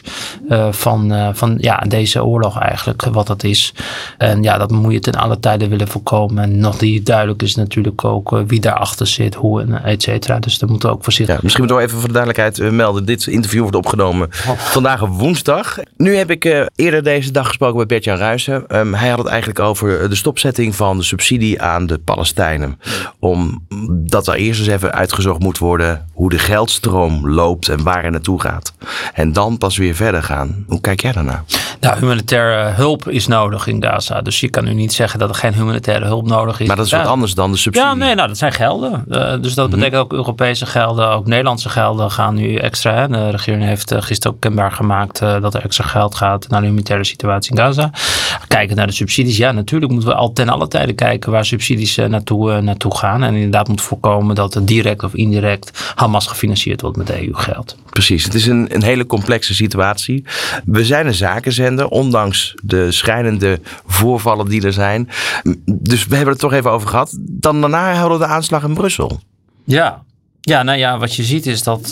van deze oorlog eigenlijk, wat dat is. En ja, dat moet je ten alle tijde willen voorkomen. En nog niet duidelijk is natuurlijk ook wie daarachter zit, hoe en et cetera. Dus daar moeten we ook voorzichtig. Ja, misschien moeten we even voor de duidelijkheid melden. Dit interview wordt opgenomen vandaag op woensdag. Nu heb ik eerder deze dag gesproken met Bert-Jan Ruijsen. Hij had het eigenlijk over de stopzetting van de subsidie aan de Palestijnen. Omdat er eerst eens even uitgezocht moet worden hoe de geldstroom loopt en waar hij naartoe gaat. En dan pas weer verder gaan. Hoe kijk jij daarnaar? Nou, humanitaire hulp is nodig in Gaza. Dus je kan nu niet zeggen dat er geen humanitaire hulp nodig is. Maar dat is wat anders dan de subsidie. Ja, nee, dat zijn gelden. Dus dat betekent ook Europese gelden, ook Nederlandse gelden gaan nu extra. Hè. De regering heeft gisteren ook kenbaar gemaakt dat er extra geld gaat naar de humanitaire situatie in Gaza. Kijken naar de subsidies. Ja, natuurlijk moeten we al ten alle tijde kijken waar subsidies naartoe gaan. En inderdaad moet voorkomen dat het direct of indirect Hamas gefinancierd wordt met EU-geld. Precies, het is een hele complexe situatie. We zijn een zakenzender, ondanks de schrijnende voorvallen die er zijn. Dus we hebben het toch even over gehad. Dan daarna hadden we de aanslag in Brussel. Ja, nou ja, wat je ziet is dat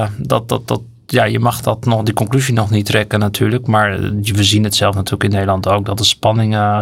je mag die conclusie nog niet trekken natuurlijk. Maar we zien het zelf natuurlijk in Nederland ook. Dat de spanningen,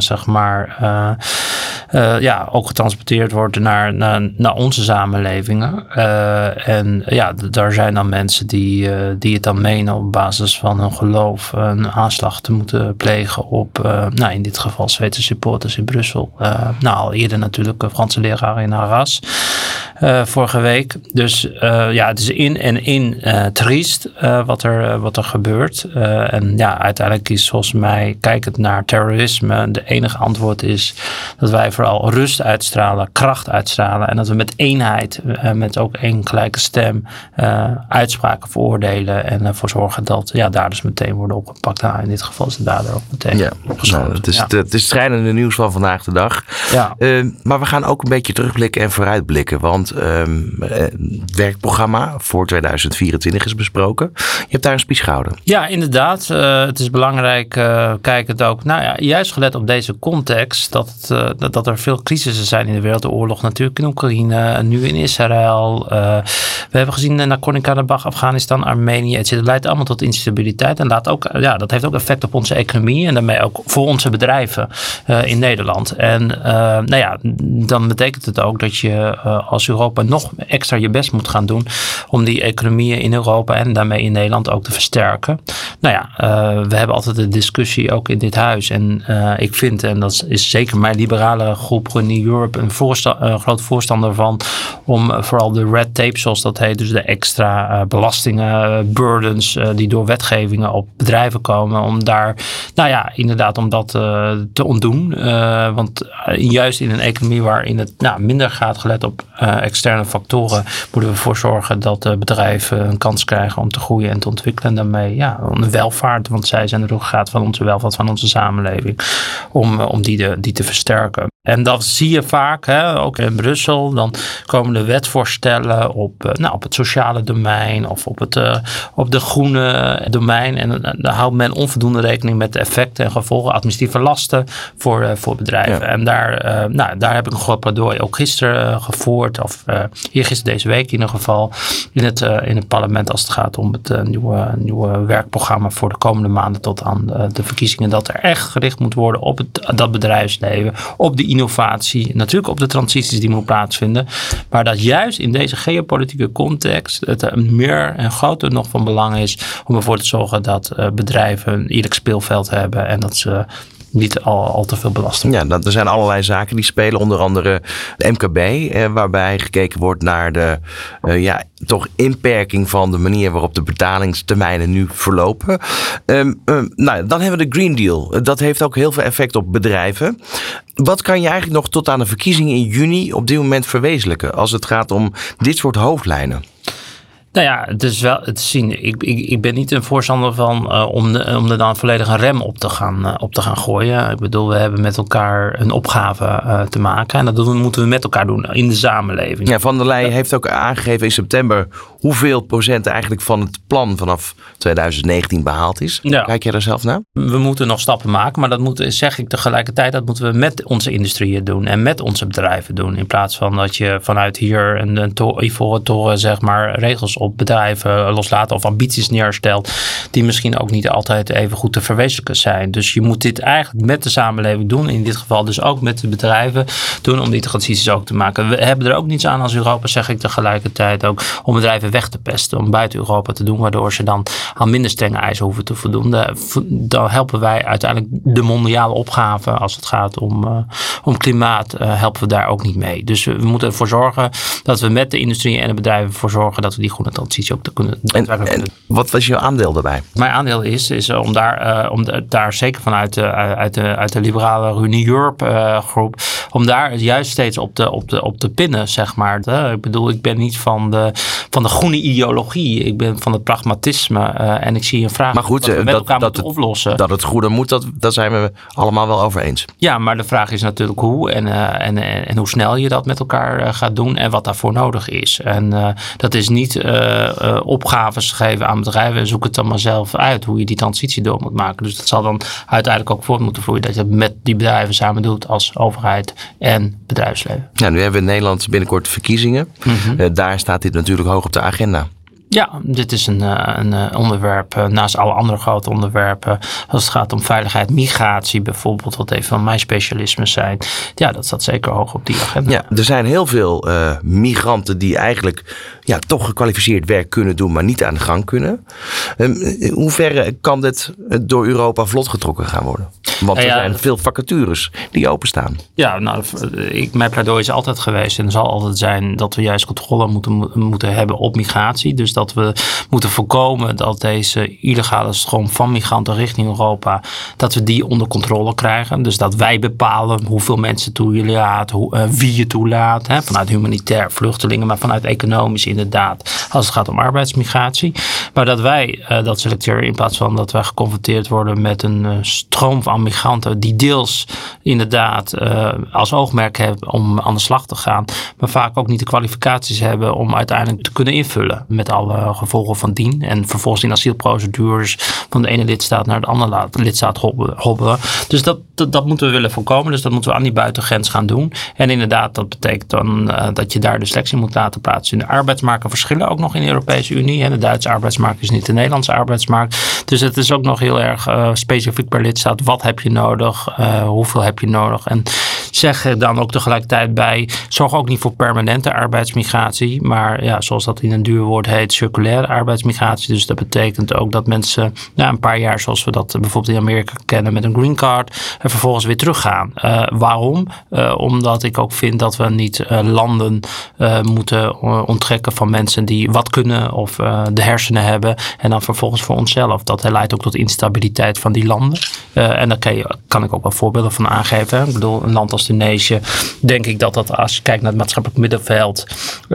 ook getransporteerd worden naar onze samenlevingen. En daar zijn dan mensen die het dan menen op basis van hun geloof een aanslag te moeten plegen op, in dit geval Zweedse supporters in Brussel. Al eerder natuurlijk Franse leraar in Arras. Vorige week. Dus het is in triest wat er gebeurt. Uiteindelijk is volgens mij, kijkend naar terrorisme, de enige antwoord is dat wij vooral rust uitstralen, kracht uitstralen en dat we met eenheid, met ook één gelijke stem, uitspraken veroordelen en ervoor zorgen dat daders meteen worden opgepakt. In dit geval is de dader ook meteen opgeschoten. Het is schrijnende nieuws van vandaag de dag. Ja. Maar we gaan ook een beetje terugblikken en vooruitblikken, want het werkprogramma voor 2024 is besproken. zoeken. Je hebt daar een speech gehouden. Ja, inderdaad. Het is belangrijk, kijk het ook, juist gelet op deze context, dat er veel crisissen zijn in de wereld. De oorlog natuurlijk in Oekraïne, nu in Israël. We hebben gezien Nagorno-Karabach, Afghanistan, Armenië, etc. Het leidt allemaal tot instabiliteit. En dat heeft ook effect op onze economie en daarmee ook voor onze bedrijven in Nederland. En dan betekent het ook dat je als Europa nog extra je best moet gaan doen om die economieën in Europa en daarmee in Nederland ook te versterken. We hebben altijd de discussie ook in dit huis. En ik vind, en dat is zeker mijn liberale groep Renew Europe een groot voorstander van, om vooral de red tape, zoals dat heet, dus de extra belastingen, burdens die door wetgevingen op bedrijven komen, om daar, inderdaad om dat te ontdoen. Want juist in een economie waarin het minder gaat gelet op externe factoren, moeten we ervoor zorgen dat bedrijven een kans krijgen om te groeien en te ontwikkelen. En daarmee een welvaart, want zij zijn de ruggengraat van onze welvaart, van onze samenleving, om die te versterken. En dat zie je vaak, ook in Brussel. Dan komen de wetsvoorstellen op het sociale domein of op de groene domein. En dan houdt men onvoldoende rekening met de effecten en gevolgen, administratieve lasten voor bedrijven. Ja. En daar heb ik een groot pleidooi ook gisteren gevoerd, of eergisteren deze week in ieder geval, in het parlement als het gaat om het nieuwe werkprogramma voor de komende maanden tot aan de verkiezingen. Dat er echt gericht moet worden op dat bedrijfsleven, op de innovatie, natuurlijk op de transities die moeten plaatsvinden. Maar dat juist in deze geopolitieke context het meer en groter nog van belang is om ervoor te zorgen dat bedrijven een eerlijk speelveld hebben en dat ze niet al te veel belasting. Ja, er zijn allerlei zaken die spelen. Onder andere de MKB, waarbij gekeken wordt naar de inperking van de manier waarop de betalingstermijnen nu verlopen. Dan hebben we de Green Deal. Dat heeft ook heel veel effect op bedrijven. Wat kan je eigenlijk nog tot aan de verkiezingen in juni op dit moment verwezenlijken als het gaat om dit soort hoofdlijnen? Het is wel te zien. Ik ben niet een voorstander van om er dan volledig een rem op te gaan gooien. Ik bedoel, we hebben met elkaar een opgave te maken. En dat moeten we met elkaar doen in de samenleving. Ja, Van der Leyen heeft ook aangegeven in september hoeveel procent eigenlijk van het plan vanaf 2019 behaald is. Ja. Kijk jij daar zelf naar? We moeten nog stappen maken, maar zeg ik tegelijkertijd, dat moeten we met onze industrieën doen en met onze bedrijven doen. In plaats van dat je vanuit hier een ivoren toren, zeg maar, regels op bedrijven loslaten of ambities neerstelt die misschien ook niet altijd even goed te verwezenlijken zijn. Dus je moet dit eigenlijk met de samenleving doen. In dit geval dus ook met de bedrijven doen om die transities ook te maken. We hebben er ook niets aan als Europa, zeg ik tegelijkertijd ook, om bedrijven weg te pesten, om buiten Europa te doen, waardoor ze dan aan minder strenge eisen hoeven te voldoen. Dan helpen wij uiteindelijk de mondiale opgave als het gaat om klimaat, helpen we daar ook niet mee. Dus we moeten ervoor zorgen dat we met de industrie en de bedrijven ervoor zorgen dat we die groene transitie ook te kunnen. En wat was jouw aandeel daarbij? Mijn aandeel is om daar zeker vanuit de liberale Renew Europe groep, om daar juist steeds op de pinnen, zeg maar. Ik bedoel, ik ben niet van de groene ideologie. Ik ben van het pragmatisme en ik zie een vraag. Maar goed, dat we met elkaar moeten oplossen. Dat het groener moet, daar zijn we allemaal wel over eens. Ja, maar de vraag is natuurlijk hoe en hoe snel je dat met elkaar gaat doen en wat daarvoor nodig is. En dat is niet opgaves geven aan bedrijven en zoek het dan maar zelf uit hoe je die transitie door moet maken. Dus dat zal dan uiteindelijk ook voort moeten vloeien dat je het met die bedrijven samen doet als overheid en bedrijfsleven. Ja, nu hebben we in Nederland binnenkort verkiezingen. Mm-hmm. Daar staat dit natuurlijk hoog op de agenda. Ja, dit is een onderwerp naast alle andere grote onderwerpen. Als het gaat om veiligheid, migratie bijvoorbeeld, wat een van mijn specialismen zijn. Ja, dat staat zeker hoog op die agenda. Ja, er zijn heel veel migranten die eigenlijk toch gekwalificeerd werk kunnen doen, maar niet aan de gang kunnen. In hoeverre kan dit door Europa vlot getrokken gaan worden? Want er zijn veel vacatures die openstaan. Ja, mijn pleidooi is altijd geweest en zal altijd zijn dat we juist controle moeten hebben op migratie. Dus dat we moeten voorkomen dat deze illegale stroom van migranten richting Europa, dat we die onder controle krijgen. Dus dat wij bepalen hoeveel mensen toelaat, wie je toelaat. Vanuit humanitair vluchtelingen, maar vanuit economisch inderdaad. Als het gaat om arbeidsmigratie. Maar dat wij dat selecteren in plaats van dat wij geconfronteerd worden met een stroom van migranten die deels inderdaad als oogmerk hebben om aan de slag te gaan, maar vaak ook niet de kwalificaties hebben om uiteindelijk te kunnen invullen met alle gevolgen van dien. En vervolgens in asielprocedures van de ene lidstaat naar de andere lidstaat hobbelen. Dus dat moeten we willen voorkomen. Dus dat moeten we aan die buitengrens gaan doen. En inderdaad, dat betekent dan dat je daar de selectie moet laten plaatsvinden. De arbeidsmarkten verschillen ook nog in de Europese Unie. En de Duitse arbeidsmarkt is niet de Nederlandse arbeidsmarkt. Dus het is ook nog heel erg specifiek per lidstaat. Wat heb je nodig? Hoeveel heb je nodig? En zeg er dan ook tegelijkertijd bij, zorg ook niet voor permanente arbeidsmigratie. Maar ja, zoals dat in een duur woord heet, circulaire arbeidsmigratie. Dus dat betekent ook dat mensen na een paar jaar, zoals we dat bijvoorbeeld in Amerika kennen met een green card, en vervolgens weer teruggaan. Waarom? Omdat ik ook vind dat we niet landen moeten onttrekken van mensen die wat kunnen of de hersenen hebben en dan vervolgens voor onszelf. Dat leidt ook tot instabiliteit van die landen. En daar kan ik ook wel voorbeelden van aangeven. Hè. Ik bedoel, een land als Tunesië, denk ik dat als je kijkt naar het maatschappelijk middenveld,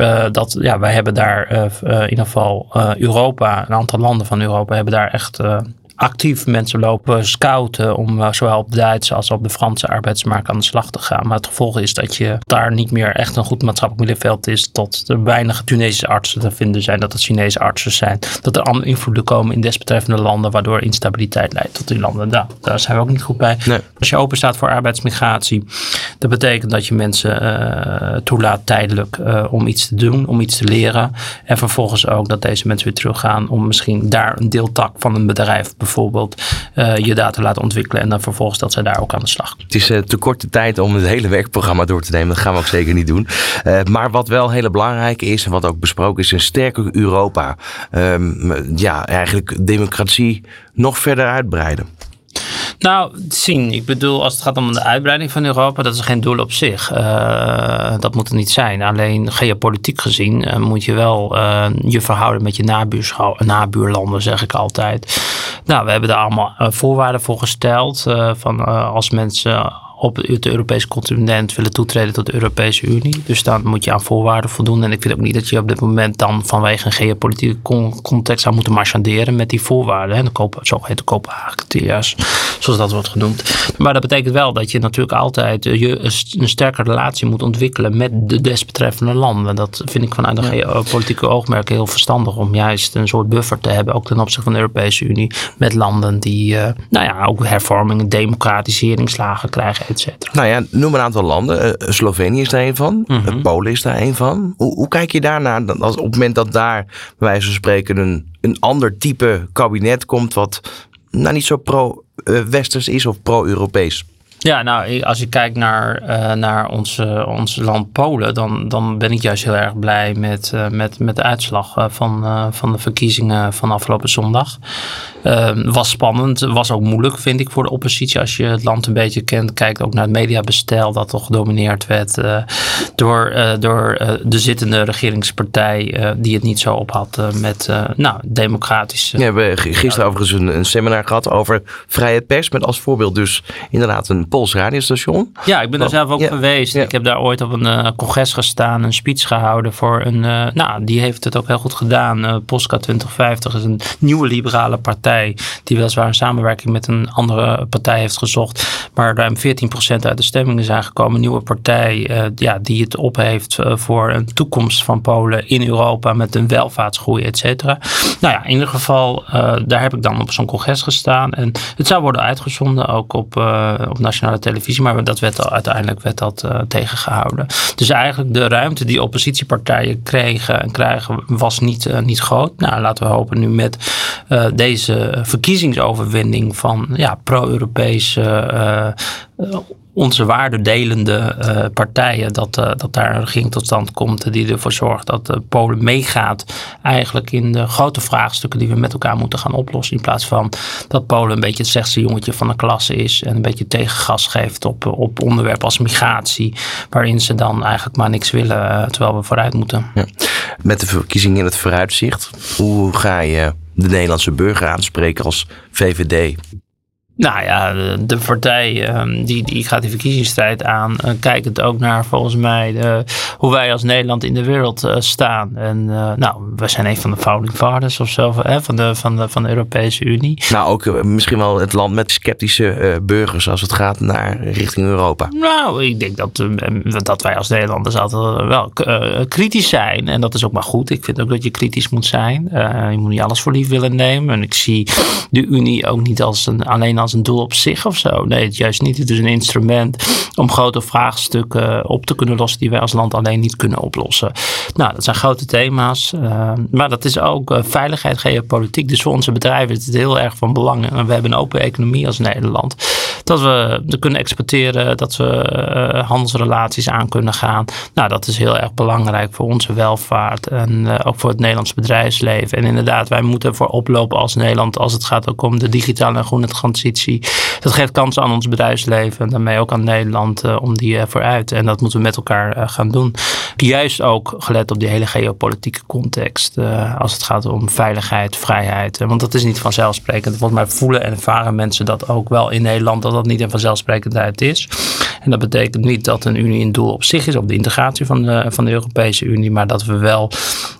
wij hebben daar in ieder geval Europa, een aantal landen van Europa hebben daar echt actief mensen lopen scouten om zowel op de Duitse als op de Franse arbeidsmarkt aan de slag te gaan. Maar het gevolg is dat je daar niet meer echt een goed maatschappelijk middenveld is, dat er weinig Tunesische artsen te vinden zijn, dat het Chinese artsen zijn, dat er andere invloeden komen in desbetreffende landen waardoor instabiliteit leidt tot die landen. Nou, daar zijn we ook niet goed bij. Nee. Als je open staat voor arbeidsmigratie, dat betekent dat je mensen toelaat tijdelijk om iets te doen, om iets te leren en vervolgens ook dat deze mensen weer teruggaan om misschien daar een deeltak van een bedrijf bijvoorbeeld je data laten ontwikkelen en dan vervolgens dat zij daar ook aan de slag. Het is te korte tijd om het hele werkprogramma door te nemen. Dat gaan we ook zeker niet doen. Maar wat wel heel belangrijk is en wat ook besproken is, een sterker Europa. Eigenlijk democratie nog verder uitbreiden. Nou, ik bedoel, als het gaat om de uitbreiding van Europa, dat is geen doel op zich. Dat moet het niet zijn. Alleen geopolitiek gezien moet je wel je verhouden met je nabuurlanden, zeg ik altijd. Nou, we hebben daar allemaal voorwaarden voor gesteld. Van als mensen op het Europese continent willen toetreden tot de Europese Unie. Dus dan moet je aan voorwaarden voldoen. En ik vind ook niet dat je op dit moment dan vanwege een geopolitieke context zou moeten marchanderen met die voorwaarden. Hè? De zogeheten Kopenhagen-criteria's, zoals dat wordt genoemd. Maar dat betekent wel dat je natuurlijk altijd een sterke relatie moet ontwikkelen met de desbetreffende landen. Dat vind ik vanuit een geopolitieke oogmerk heel verstandig om juist een soort buffer te hebben, ook ten opzichte van de Europese Unie, met landen die ook hervormingen, democratiseringsslagen krijgen. Nou ja, noem een aantal landen. Slovenië is daar een van. Mm-hmm. Polen is daar een van. Hoe kijk je daarnaar op het moment dat daar, bij wijze van spreken, een ander type kabinet komt wat niet zo pro-westers is of pro-Europees? Ja, nou, als je kijkt naar ons land Polen, dan ben ik juist heel erg blij met de uitslag van de verkiezingen van afgelopen zondag. Was spannend, was ook moeilijk, vind ik, voor de oppositie. Als je het land een beetje kent, kijkt ook naar het mediabestel dat toch gedomineerd werd door de zittende regeringspartij die het niet zo op had met democratische... Ja, we hebben gisteren overigens een seminar gehad over vrije pers, met als voorbeeld dus inderdaad een Pools radiostation. Ja, ik ben er zelf ook geweest. Ja. Ik heb daar ooit op een congres gestaan, een speech gehouden voor een... die heeft het ook heel goed gedaan. Polska 2050 is een nieuwe liberale partij die weliswaar een samenwerking met een andere partij heeft gezocht, maar ruim 14% uit de stemmingen zijn gekomen. Een nieuwe partij die het op heeft voor een toekomst van Polen in Europa met een welvaartsgroei, et cetera. Nou ja, in ieder geval, daar heb ik dan op zo'n congres gestaan en het zou worden uitgezonden, ook op nationale televisie, maar uiteindelijk werd dat tegengehouden. Dus eigenlijk de ruimte die oppositiepartijen krijgen was niet groot. Nou, laten we hopen nu met deze verkiezingsoverwinning van pro-Europese onze waardedelende partijen, dat daar een regering tot stand komt die ervoor zorgt dat Polen meegaat eigenlijk in de grote vraagstukken die we met elkaar moeten gaan oplossen, in plaats van dat Polen een beetje het slechtste jongetje van de klasse is en een beetje tegengas geeft op onderwerpen als migratie, waarin ze dan eigenlijk maar niks willen, terwijl we vooruit moeten. Ja. Met de verkiezingen in het vooruitzicht, hoe ga je de Nederlandse burger aanspreken als VVD? Nou ja, de partij die gaat die verkiezingsstrijd aan. Kijkend ook naar volgens mij hoe wij als Nederland in de wereld staan. En we zijn een van de founding fathers of zo van de Europese Unie. Nou, ook misschien wel het land met sceptische burgers als het gaat naar richting Europa. Nou, ik denk dat wij als Nederlanders altijd wel kritisch zijn. En dat is ook maar goed. Ik vind ook dat je kritisch moet zijn. Je moet niet alles voor lief willen nemen. En ik zie de Unie ook niet alleen als een doel op zich of zo. Nee, het juist niet. Het is een instrument om grote vraagstukken op te kunnen lossen die wij als land alleen niet kunnen oplossen. Nou, dat zijn grote thema's. Maar dat is ook veiligheid, geopolitiek. Dus voor onze bedrijven is het heel erg van belang. En we hebben een open economie als Nederland. Dat we kunnen exporteren, dat we handelsrelaties aan kunnen gaan. Nou, dat is heel erg belangrijk voor onze welvaart en ook voor het Nederlands bedrijfsleven. En inderdaad, wij moeten ervoor oplopen als Nederland als het gaat ook om de digitale en groene transitie. Dat geeft kansen aan ons bedrijfsleven en daarmee ook aan Nederland om die vooruit. En dat moeten we met elkaar gaan doen. Juist ook gelet op die hele geopolitieke context als het gaat om veiligheid, vrijheid. Want dat is niet vanzelfsprekend. Volgens mij voelen en ervaren mensen dat ook wel in Nederland, dat niet een vanzelfsprekendheid is. En dat betekent niet dat een Unie een doel op zich is, op de integratie van de Europese Unie, maar dat we wel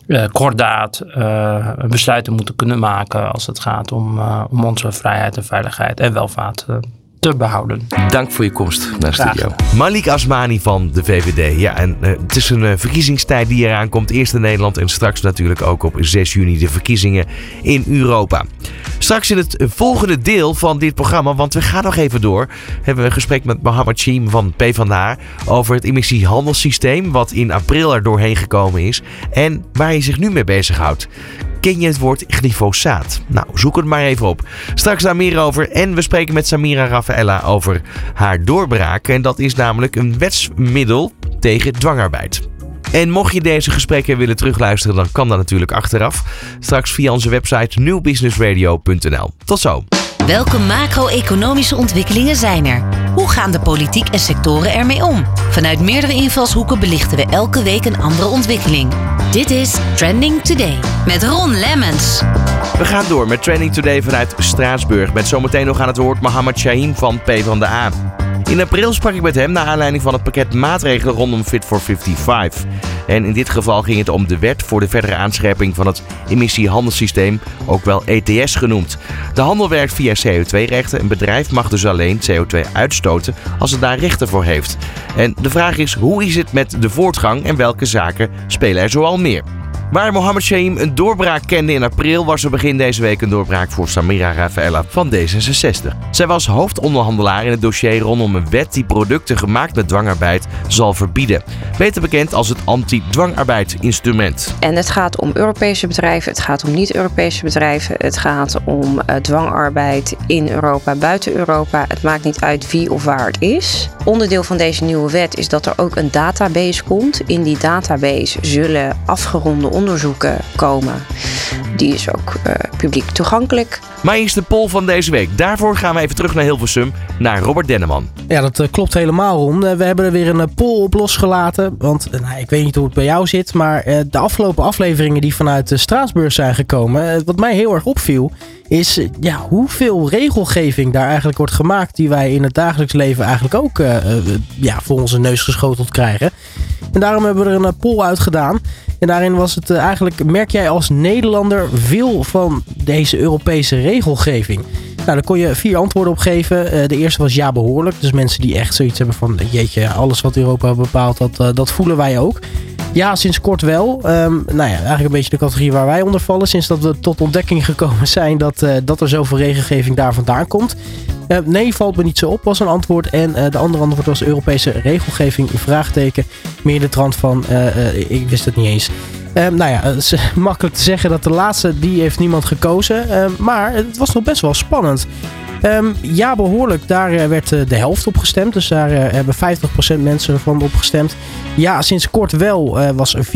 kordaat besluiten moeten kunnen maken als het gaat om onze vrijheid en veiligheid en welvaart te behouden. Dank voor je komst naar de studio. Malik Asmani van de VVD. Ja, en het is een verkiezingstijd die eraan komt. Eerst in Nederland en straks natuurlijk ook op 6 juni de verkiezingen in Europa. Straks in het volgende deel van dit programma, want we gaan nog even door, hebben we een gesprek met Mohammed Chahim van PvdA over het emissiehandelssysteem wat in april er doorheen gekomen is en waar hij zich nu mee bezighoudt. Ken je het woord glyfosaat? Nou, zoek het maar even op. Straks daar meer over en we spreken met Samira Rafaela over haar doorbraak. En dat is namelijk een wetsmiddel tegen dwangarbeid. En mocht je deze gesprekken willen terugluisteren, dan kan dat natuurlijk achteraf. Straks via onze website newbusinessradio.nl. Tot zo. Welke macro-economische ontwikkelingen zijn er? Hoe gaan de politiek en sectoren ermee om? Vanuit meerdere invalshoeken belichten we elke week een andere ontwikkeling. Dit is Trending Today met Ron Lemmens. We gaan door met Trending Today vanuit Straatsburg. Met zometeen nog aan het woord Mohammed Chahim van PvdA. In april sprak ik met hem naar aanleiding van het pakket maatregelen rondom Fit for 55. En in dit geval ging het om de wet voor de verdere aanscherping van het emissiehandelssysteem, ook wel ETS genoemd. De handel werkt via CO2-rechten. Een bedrijf mag dus alleen CO2 uitstoten als het daar rechten voor heeft. En de vraag is, hoe is het met de voortgang en welke zaken spelen er zoal meer? Waar Mohammed Chahim een doorbraak kende in april, was er begin deze week een doorbraak voor Samira Rafaela van D66. Zij was hoofdonderhandelaar in het dossier rondom een wet die producten gemaakt met dwangarbeid zal verbieden. Beter bekend als het anti-dwangarbeid-instrument. En het gaat om Europese bedrijven, het gaat om niet-Europese bedrijven, het gaat om dwangarbeid in Europa, buiten Europa. Het maakt niet uit wie of waar het is. Onderdeel van deze nieuwe wet is dat er ook een database komt. In die database zullen afgeronde onderzoeken komen. Die is ook publiek toegankelijk. Maar eerst de poll van deze week. Daarvoor gaan we even terug naar Hilversum, naar Robert Denneman. Ja, dat klopt helemaal, Ron. We hebben er weer een poll op losgelaten. Want ik weet niet hoe het bij jou zit, maar de afgelopen afleveringen die vanuit Straatsburg zijn gekomen, wat mij heel erg opviel, is hoeveel regelgeving daar eigenlijk wordt gemaakt die wij in het dagelijks leven eigenlijk ook voor onze neus geschoteld krijgen. En daarom hebben we er een poll uit gedaan. En daarin was het eigenlijk, merk jij als Nederlander veel van deze Europese regelgeving? Nou, daar kon je 4 antwoorden op geven. De eerste was ja, behoorlijk. Dus mensen die echt zoiets hebben van, jeetje, alles wat Europa bepaalt, dat voelen wij ook. Ja, sinds kort wel. Eigenlijk een beetje de categorie waar wij onder vallen. Sinds dat we tot ontdekking gekomen zijn dat er zoveel regelgeving daar vandaan komt. Nee, valt me niet zo op, was een antwoord. En de andere antwoord was Europese regelgeving, vraagteken. Meer de trant van, ik wist het niet eens. Het is makkelijk te zeggen dat de laatste, die heeft niemand gekozen. Maar het was nog best wel spannend. Ja, behoorlijk. Daar werd de helft op gestemd. Dus daar hebben 50% mensen van opgestemd. Ja, sinds kort wel was 44%.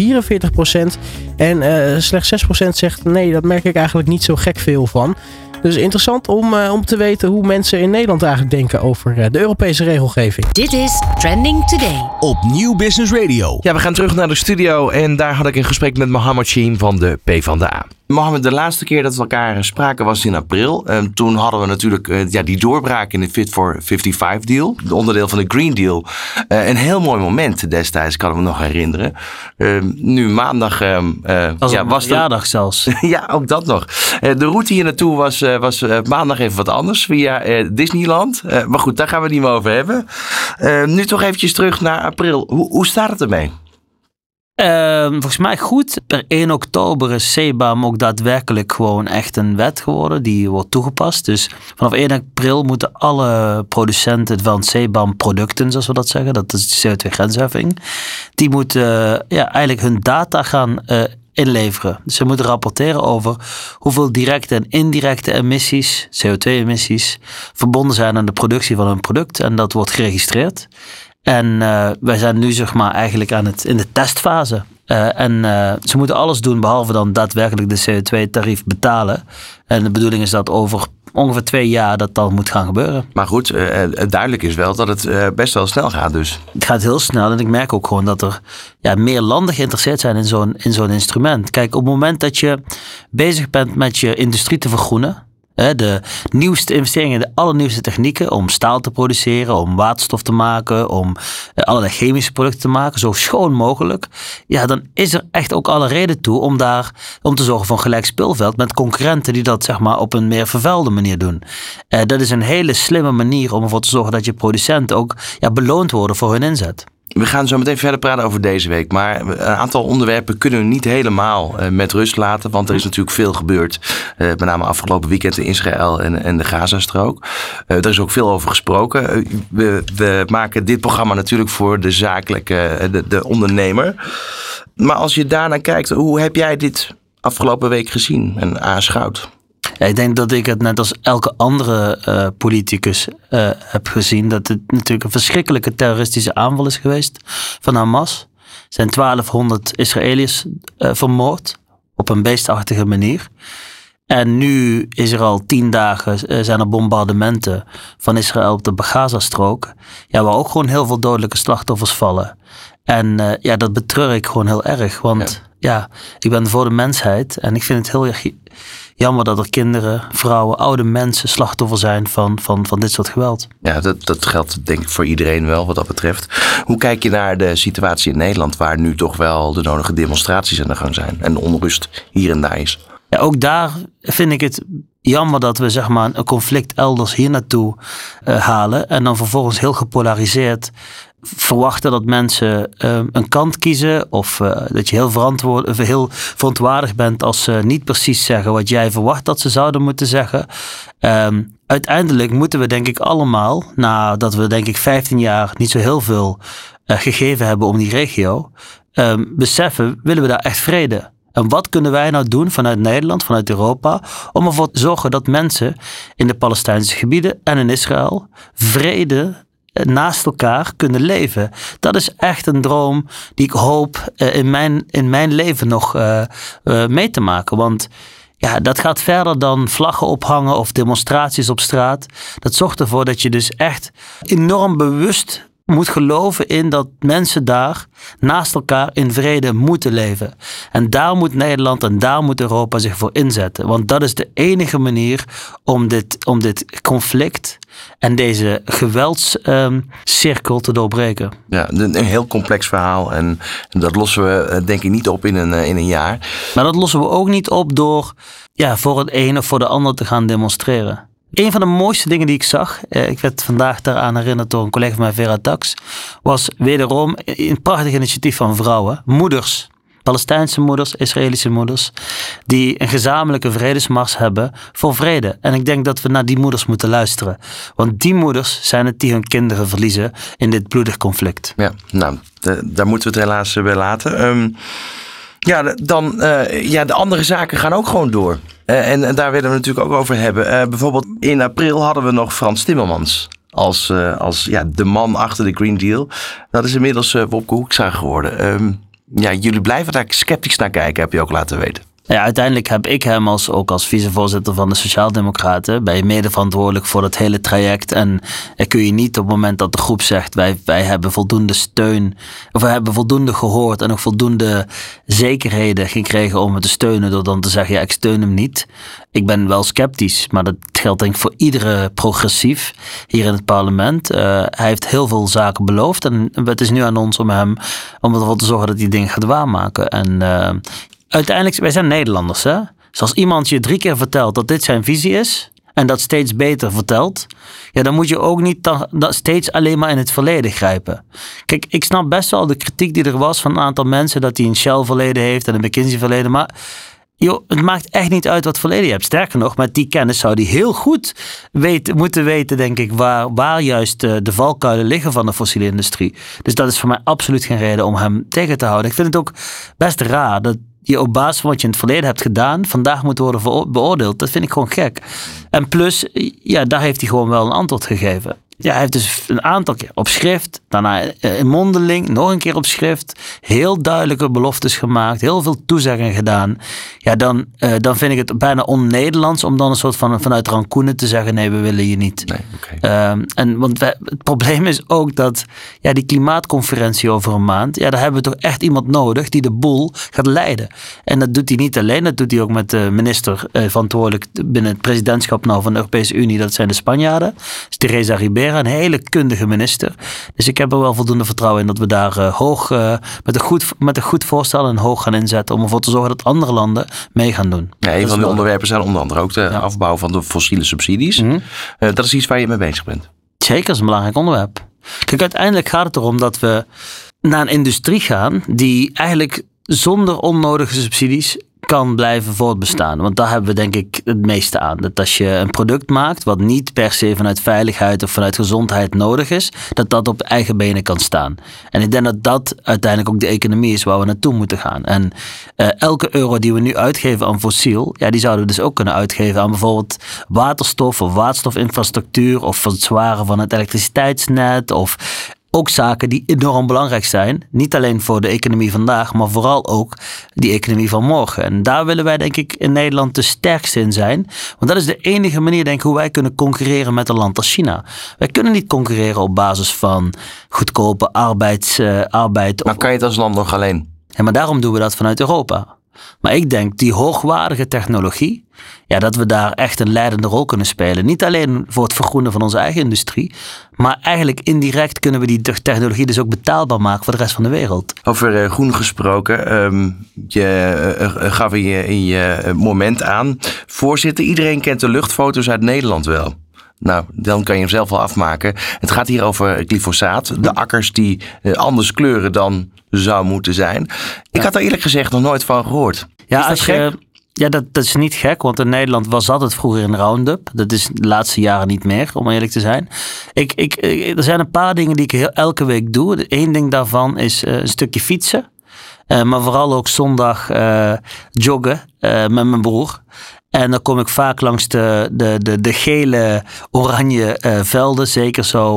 En slechts 6% zegt nee, dat merk ik eigenlijk niet zo gek veel van. Dus interessant om te weten hoe mensen in Nederland eigenlijk denken over de Europese regelgeving. Dit is Trending Today op Nieuw Business Radio. Ja, we gaan terug naar de studio en daar had ik een gesprek met Mohammed Chahim van de PvdA. Mohammed, de laatste keer dat we elkaar spraken was in april. Toen hadden we natuurlijk die doorbraak in de Fit for 55 deal. De onderdeel van de Green Deal. Een heel mooi moment destijds, kan ik me nog herinneren. Nu maandag... was een verjaardag zelfs. Ja, ook dat nog. De route hier naartoe was maandag even wat anders via Disneyland. Maar goed, daar gaan we het niet meer over hebben. Nu toch eventjes terug naar april. Hoe staat het ermee? Volgens mij goed. Per 1 oktober is CBAM ook daadwerkelijk gewoon echt een wet geworden. Die wordt toegepast. Dus vanaf 1 april moeten alle producenten van CBAM producten, zoals we dat zeggen. Dat is de CO2-grensheffing. Die moeten eigenlijk hun data gaan inleveren. Dus ze moeten rapporteren over hoeveel directe en indirecte emissies, CO2-emissies, verbonden zijn aan de productie van hun product. En dat wordt geregistreerd. En wij zijn nu zeg maar eigenlijk in de testfase. Ze moeten alles doen behalve dan daadwerkelijk de CO2-tarief betalen. En de bedoeling is dat over ongeveer 2 jaar dat dan moet gaan gebeuren. Maar goed, duidelijk is wel dat het best wel snel gaat dus. Het gaat heel snel en ik merk ook gewoon dat er meer landen geïnteresseerd zijn in zo'n instrument. Kijk, op het moment dat je bezig bent met je industrie te vergroenen, de nieuwste investeringen, de allernieuwste technieken om staal te produceren, om waterstof te maken, om allerlei chemische producten te maken, zo schoon mogelijk. Ja, dan is er echt ook alle reden toe om te zorgen voor een gelijk speelveld met concurrenten die dat zeg maar op een meer vervuilde manier doen. Dat is een hele slimme manier om ervoor te zorgen dat je producenten ook beloond worden voor hun inzet. We gaan zo meteen verder praten over deze week. Maar een aantal onderwerpen kunnen we niet helemaal met rust laten. Want er is natuurlijk veel gebeurd. Met name afgelopen weekend in Israël en de Gazastrook. Er is ook veel over gesproken. We maken dit programma natuurlijk voor de zakelijke, de ondernemer. Maar als je daarnaar kijkt, hoe heb jij dit afgelopen week gezien en aanschouwd? Ja, ik denk dat ik het net als elke andere politicus heb gezien. Dat het natuurlijk een verschrikkelijke terroristische aanval is geweest van Hamas. Er zijn 1200 Israëliërs vermoord op een beestachtige manier. En nu is er al 10 dagen zijn er bombardementen van Israël op de Gazastrook. Waar ook gewoon heel veel dodelijke slachtoffers vallen. En dat betreur ik gewoon heel erg. Want ik ben voor de mensheid en ik vind het heel erg jammer dat er kinderen, vrouwen, oude mensen slachtoffer zijn van dit soort geweld. Ja, dat geldt denk ik voor iedereen wel wat dat betreft. Hoe kijk je naar de situatie in Nederland waar nu toch wel de nodige demonstraties aan de gang zijn en de onrust hier en daar is? Ja, ook daar vind ik het jammer dat we zeg maar een conflict elders hier naartoe halen en dan vervolgens heel gepolariseerd verwachten dat mensen een kant kiezen of dat je heel verontwaardigd bent als ze niet precies zeggen wat jij verwacht dat ze zouden moeten zeggen. Uiteindelijk moeten we denk ik allemaal, nadat we denk ik 15 jaar niet zo heel veel gegeven hebben om die regio, beseffen, willen we daar echt vrede? En wat kunnen wij nou doen vanuit Nederland, vanuit Europa, om ervoor te zorgen dat mensen in de Palestijnse gebieden en in Israël vrede naast elkaar kunnen leven. Dat is echt een droom die ik hoop in mijn leven nog mee te maken. Want dat gaat verder dan vlaggen ophangen of demonstraties op straat. Dat zorgt ervoor dat je dus echt enorm bewust moet geloven in dat mensen daar naast elkaar in vrede moeten leven. En daar moet Nederland en daar moet Europa zich voor inzetten. Want dat is de enige manier om dit conflict en deze geweldscirkel te doorbreken. Ja, een heel complex verhaal en dat lossen we denk ik niet op in een jaar. Maar dat lossen we ook niet op door voor het een of voor de ander te gaan demonstreren. Een van de mooiste dingen die ik zag, ik werd vandaag daaraan herinnerd door een collega van mij, Vera Tax, was wederom een prachtig initiatief van vrouwen, moeders, Palestijnse moeders, Israëlische moeders, die een gezamenlijke vredesmars hebben voor vrede. En ik denk dat we naar die moeders moeten luisteren. Want die moeders zijn het die hun kinderen verliezen in dit bloedig conflict. Ja, nou, daar moeten we het helaas bij laten. De andere zaken gaan ook gewoon door. En daar willen we natuurlijk ook over hebben. Bijvoorbeeld in april hadden we nog Frans Timmermans als de man achter de Green Deal. Dat is inmiddels Wopke Hoekstra geworden. Jullie blijven daar sceptisch naar kijken, heb je ook laten weten. Ja, uiteindelijk heb ik hem ook als vicevoorzitter van de Sociaaldemocraten. Ben je mede verantwoordelijk voor dat hele traject. En kun je niet op het moment dat de groep zegt, wij hebben voldoende steun. Of we hebben voldoende gehoord en ook voldoende zekerheden gekregen om het te steunen. Door dan te zeggen, ja, ik steun hem niet. Ik ben wel sceptisch, maar dat geldt denk ik voor iedere progressief hier in het parlement. Hij heeft heel veel zaken beloofd. En het is nu aan ons om ervoor te zorgen dat die dingen gaat waarmaken. En uiteindelijk, wij zijn Nederlanders, hè? Dus als iemand je 3 keer vertelt dat dit zijn visie is en dat steeds beter vertelt, ja, dan moet je ook niet steeds alleen maar in het verleden grijpen. Kijk, ik snap best wel de kritiek die er was van een aantal mensen dat hij een Shell verleden heeft en een McKinsey verleden, maar joh, het maakt echt niet uit wat verleden je hebt. Sterker nog, met die kennis zou hij heel goed moeten weten, denk ik, waar juist de valkuilen liggen van de fossiele industrie. Dus dat is voor mij absoluut geen reden om hem tegen te houden. Ik vind het ook best raar dat je op basis van wat je in het verleden hebt gedaan, vandaag moet worden beoordeeld. Dat vind ik gewoon gek. En plus, ja, daar heeft hij gewoon wel een antwoord gegeven. Ja, hij heeft dus een aantal keer op schrift, daarna in mondeling, nog een keer op schrift, heel duidelijke beloftes gemaakt, heel veel toezeggingen gedaan. Ja, dan vind ik het bijna on-Nederlands om dan een soort van vanuit rancune te zeggen, nee, we willen je niet. Nee, okay. Want het probleem is ook dat die klimaatconferentie over een maand, daar hebben we toch echt iemand nodig die de boel gaat leiden. En dat doet hij niet alleen, dat doet hij ook met de minister verantwoordelijk binnen het presidentschap van de Europese Unie, dat zijn de Spanjaarden, dus Teresa Ribera, een hele kundige minister. Dus ik heb er wel voldoende vertrouwen in dat we daar met een goed voorstel en hoog gaan inzetten om ervoor te zorgen dat andere landen mee gaan doen. Ja, een van de onderwerpen zijn onder andere ook de afbouw van de fossiele subsidies. Mm-hmm. Dat is iets waar je mee bezig bent. Zeker, dat is een belangrijk onderwerp. Kijk, uiteindelijk gaat het erom dat we naar een industrie gaan die eigenlijk zonder onnodige subsidies kan blijven voortbestaan. Want daar hebben we denk ik het meeste aan. Dat als je een product maakt wat niet per se vanuit veiligheid of vanuit gezondheid nodig is, dat op eigen benen kan staan. En ik denk dat dat uiteindelijk ook de economie is waar we naartoe moeten gaan. En elke euro die we nu uitgeven aan fossiel, die zouden we dus ook kunnen uitgeven aan bijvoorbeeld waterstof of waterstofinfrastructuur of verzwaren van het elektriciteitsnet of ook zaken die enorm belangrijk zijn. Niet alleen voor de economie vandaag, maar vooral ook die economie van morgen. En daar willen wij denk ik in Nederland de sterkste in zijn. Want dat is de enige manier denk ik hoe wij kunnen concurreren met een land als China. Wij kunnen niet concurreren op basis van goedkope arbeid. Maar kan je het als land nog alleen? Ja, maar daarom doen we dat vanuit Europa. Maar ik denk die hoogwaardige technologie, dat we daar echt een leidende rol kunnen spelen. Niet alleen voor het vergroenen van onze eigen industrie, maar eigenlijk indirect kunnen we die technologie dus ook betaalbaar maken voor de rest van de wereld. Over groen gesproken, je gaf in je moment aan. Voorzitter, iedereen kent de luchtfoto's uit Nederland wel. Nou, dan kan je hem zelf wel afmaken. Het gaat hier over glyfosaat. De akkers die anders kleuren dan zou moeten zijn. Ik had daar eerlijk gezegd nog nooit van gehoord. Ja, is dat gek? Dat is niet gek, want in Nederland zat het vroeger in Roundup. Dat is de laatste jaren niet meer, om eerlijk te zijn. Er zijn een paar dingen die ik elke week doe. Eén ding daarvan is een stukje fietsen. Maar vooral ook zondag joggen met mijn broer. En dan kom ik vaak langs de gele, oranje velden. Zeker zo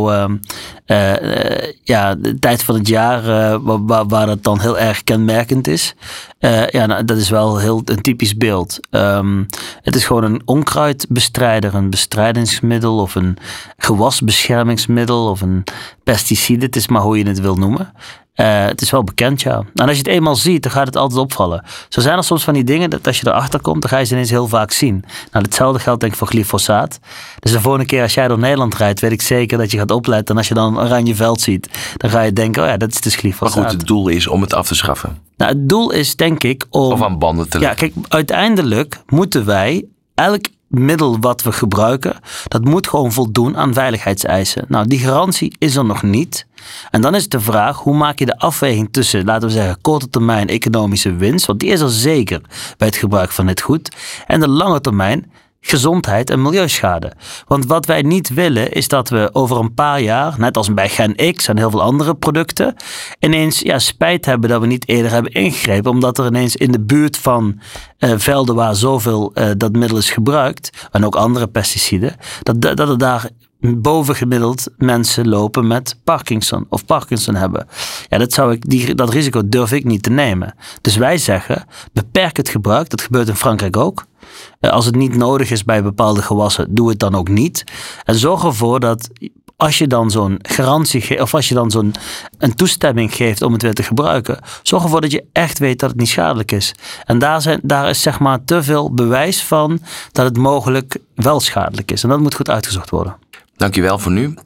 de tijd van het jaar waar dat dan heel erg kenmerkend is. Dat is wel een typisch beeld. Het is gewoon een onkruidbestrijder, een bestrijdingsmiddel of een gewasbeschermingsmiddel of een pesticide. Het is maar hoe je het wil noemen. Het is wel bekend, ja. En als je het eenmaal ziet, dan gaat het altijd opvallen. Zo zijn er soms van die dingen dat als je erachter komt, dan ga je ze ineens heel vaak zien. Nou, hetzelfde geldt denk ik voor glyfosaat. Dus de volgende keer als jij door Nederland rijdt, weet ik zeker dat je gaat opletten. En als je dan een oranje veld ziet, dan ga je denken, dat is dus glyfosaat. Maar goed, het doel is om het af te schaffen. Nou, het doel is denk ik om... Of aan banden te leggen. Ja, kijk, uiteindelijk moeten wij elk middel wat we gebruiken, dat moet gewoon voldoen aan veiligheidseisen. Nou, die garantie is er nog niet. En dan is de vraag, hoe maak je de afweging tussen, laten we zeggen, korte termijn economische winst, want die is er zeker bij het gebruik van dit goed, en de lange termijn gezondheid en milieuschade. Want wat wij niet willen is dat we over een paar jaar, net als bij Gen X en heel veel andere producten, ineens spijt hebben dat we niet eerder hebben ingegrepen, omdat er ineens in de buurt van velden waar zoveel dat middel is gebruikt, en ook andere pesticiden, dat er daar bovengemiddeld mensen lopen met Parkinson of Parkinson hebben. Ja, dat risico durf ik niet te nemen. Dus wij zeggen, beperk het gebruik. Dat gebeurt in Frankrijk ook. Als het niet nodig is bij bepaalde gewassen, doe het dan ook niet. En zorg ervoor dat als je dan zo'n garantie geeft, of als je dan een toestemming geeft om het weer te gebruiken, zorg ervoor dat je echt weet dat het niet schadelijk is. En daar is zeg maar te veel bewijs van dat het mogelijk wel schadelijk is. En dat moet goed uitgezocht worden. Dankjewel voor nu.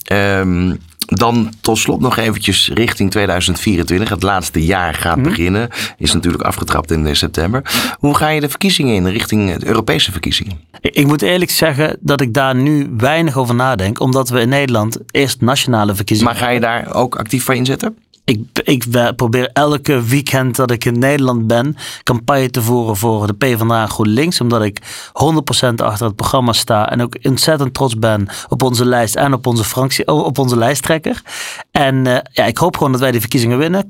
Dan tot slot nog eventjes richting 2024. Het laatste jaar gaat beginnen. Is natuurlijk afgetrapt in september. Hoe ga je de verkiezingen in richting de Europese verkiezingen? Ik moet eerlijk zeggen dat ik daar nu weinig over nadenk. Omdat we in Nederland eerst nationale verkiezingen... Maar ga je daar ook actief voor inzetten? Ik probeer elke weekend dat ik in Nederland ben campagne te voeren voor de PvdA en GroenLinks. Omdat ik 100% achter het programma sta en ook ontzettend trots ben op onze lijst en op onze lijsttrekker. En ik hoop gewoon dat wij de verkiezingen winnen.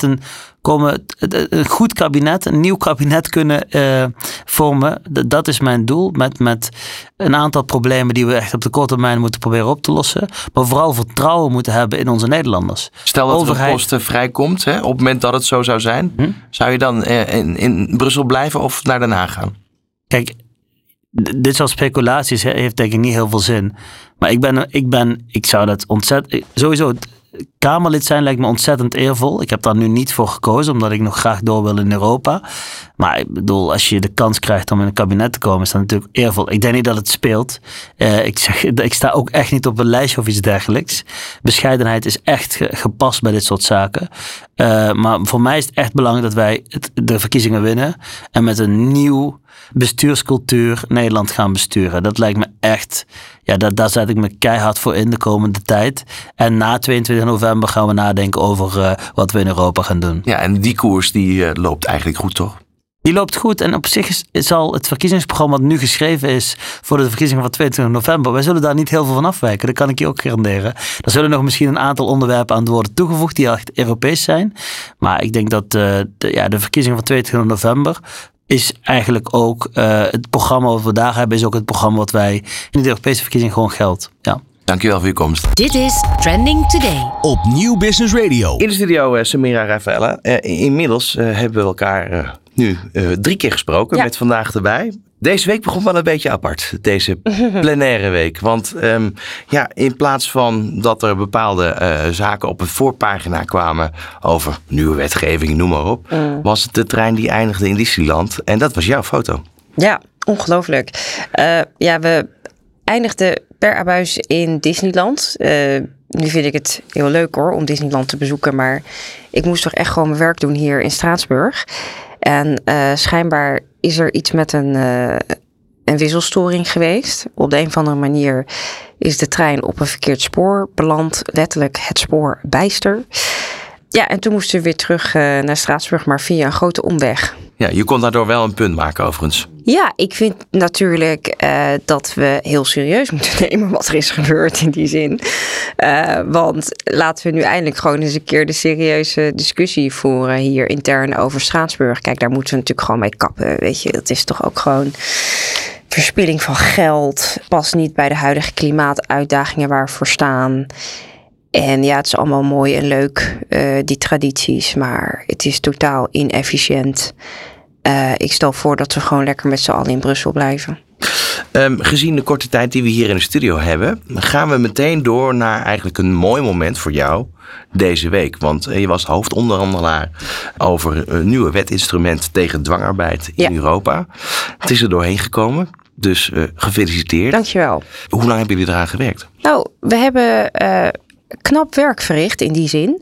Komen een goed kabinet, een nieuw kabinet kunnen vormen. Dat is mijn doel. Met een aantal problemen die we echt op de korte termijn moeten proberen op te lossen. Maar vooral vertrouwen moeten hebben in onze Nederlanders. Stel dat de post vrijkomt, op het moment dat het zo zou zijn. Zou je dan in Brussel blijven of naar Den Haag gaan? Kijk, dit soort speculaties heeft denk ik niet heel veel zin. Maar ik zou dat ontzettend... Sowieso... Kamerlid zijn lijkt me ontzettend eervol. Ik heb daar nu niet voor gekozen, omdat ik nog graag door wil in Europa. Maar ik bedoel, als je de kans krijgt om in een kabinet te komen, is dat natuurlijk eervol. Ik denk niet dat het speelt. Ik sta ook echt niet op een lijstje of iets dergelijks. Bescheidenheid is echt gepast bij dit soort zaken. Maar voor mij is het echt belangrijk dat wij de verkiezingen winnen. En met een nieuw bestuurscultuur Nederland gaan besturen. Dat lijkt me echt... Ja, daar zet ik me keihard voor in de komende tijd. En na 22 november gaan we nadenken over wat we in Europa gaan doen. Ja, en die koers die loopt eigenlijk goed, toch? Die loopt goed en op zich zal het verkiezingsprogramma wat nu geschreven is voor de verkiezingen van 22 november, wij zullen daar niet heel veel van afwijken. Dat kan ik je ook garanderen. Er zullen nog misschien een aantal onderwerpen aan worden toegevoegd die echt Europees zijn. Maar ik denk dat de verkiezingen van 22 november is eigenlijk ook het programma wat we daar hebben, is ook het programma wat wij in de Europese verkiezingen gewoon geldt. Ja. Dankjewel voor je komst. Dit is Trending Today. Op Nieuw Business Radio. In de studio Samira Rafaela. Inmiddels hebben we elkaar nu 3 keer gesproken met vandaag erbij. Deze week begon wel een beetje apart, deze plenaire week. Want in plaats van dat er bepaalde zaken op het voorpagina kwamen over nieuwe wetgeving, noem maar op, was het de trein die eindigde in Disneyland. En dat was jouw foto. Ja, ongelooflijk. We eindigden per abuis in Disneyland. Nu vind ik het heel leuk hoor, om Disneyland te bezoeken. Maar ik moest toch echt gewoon mijn werk doen hier in Straatsburg. En schijnbaar is er iets met een wisselstoring geweest. Op de een of andere manier is de trein op een verkeerd spoor beland. Letterlijk het spoor bijster. Ja, en toen moesten we weer terug naar Straatsburg, maar via een grote omweg. Ja, je kon daardoor wel een punt maken overigens. Ja, ik vind natuurlijk dat we heel serieus moeten nemen wat er is gebeurd in die zin. Want laten we nu eindelijk gewoon eens een keer de serieuze discussie voeren hier intern over Straatsburg. Kijk, daar moeten we natuurlijk gewoon mee kappen, weet je. Dat is toch ook gewoon verspilling van geld. Past niet bij de huidige klimaatuitdagingen waar we voor staan. En ja, het is allemaal mooi en leuk, die tradities, maar het is totaal inefficiënt. Ik stel voor dat we gewoon lekker met z'n allen in Brussel blijven. Gezien de korte tijd die we hier in de studio hebben, gaan we meteen door naar eigenlijk een mooi moment voor jou deze week. Want je was hoofdonderhandelaar over een nieuwe wetinstrument tegen dwangarbeid in Europa. Het is er doorheen gekomen, dus gefeliciteerd. Dankjewel. Hoe lang hebben jullie eraan gewerkt? Nou, we hebben knap werk verricht in die zin.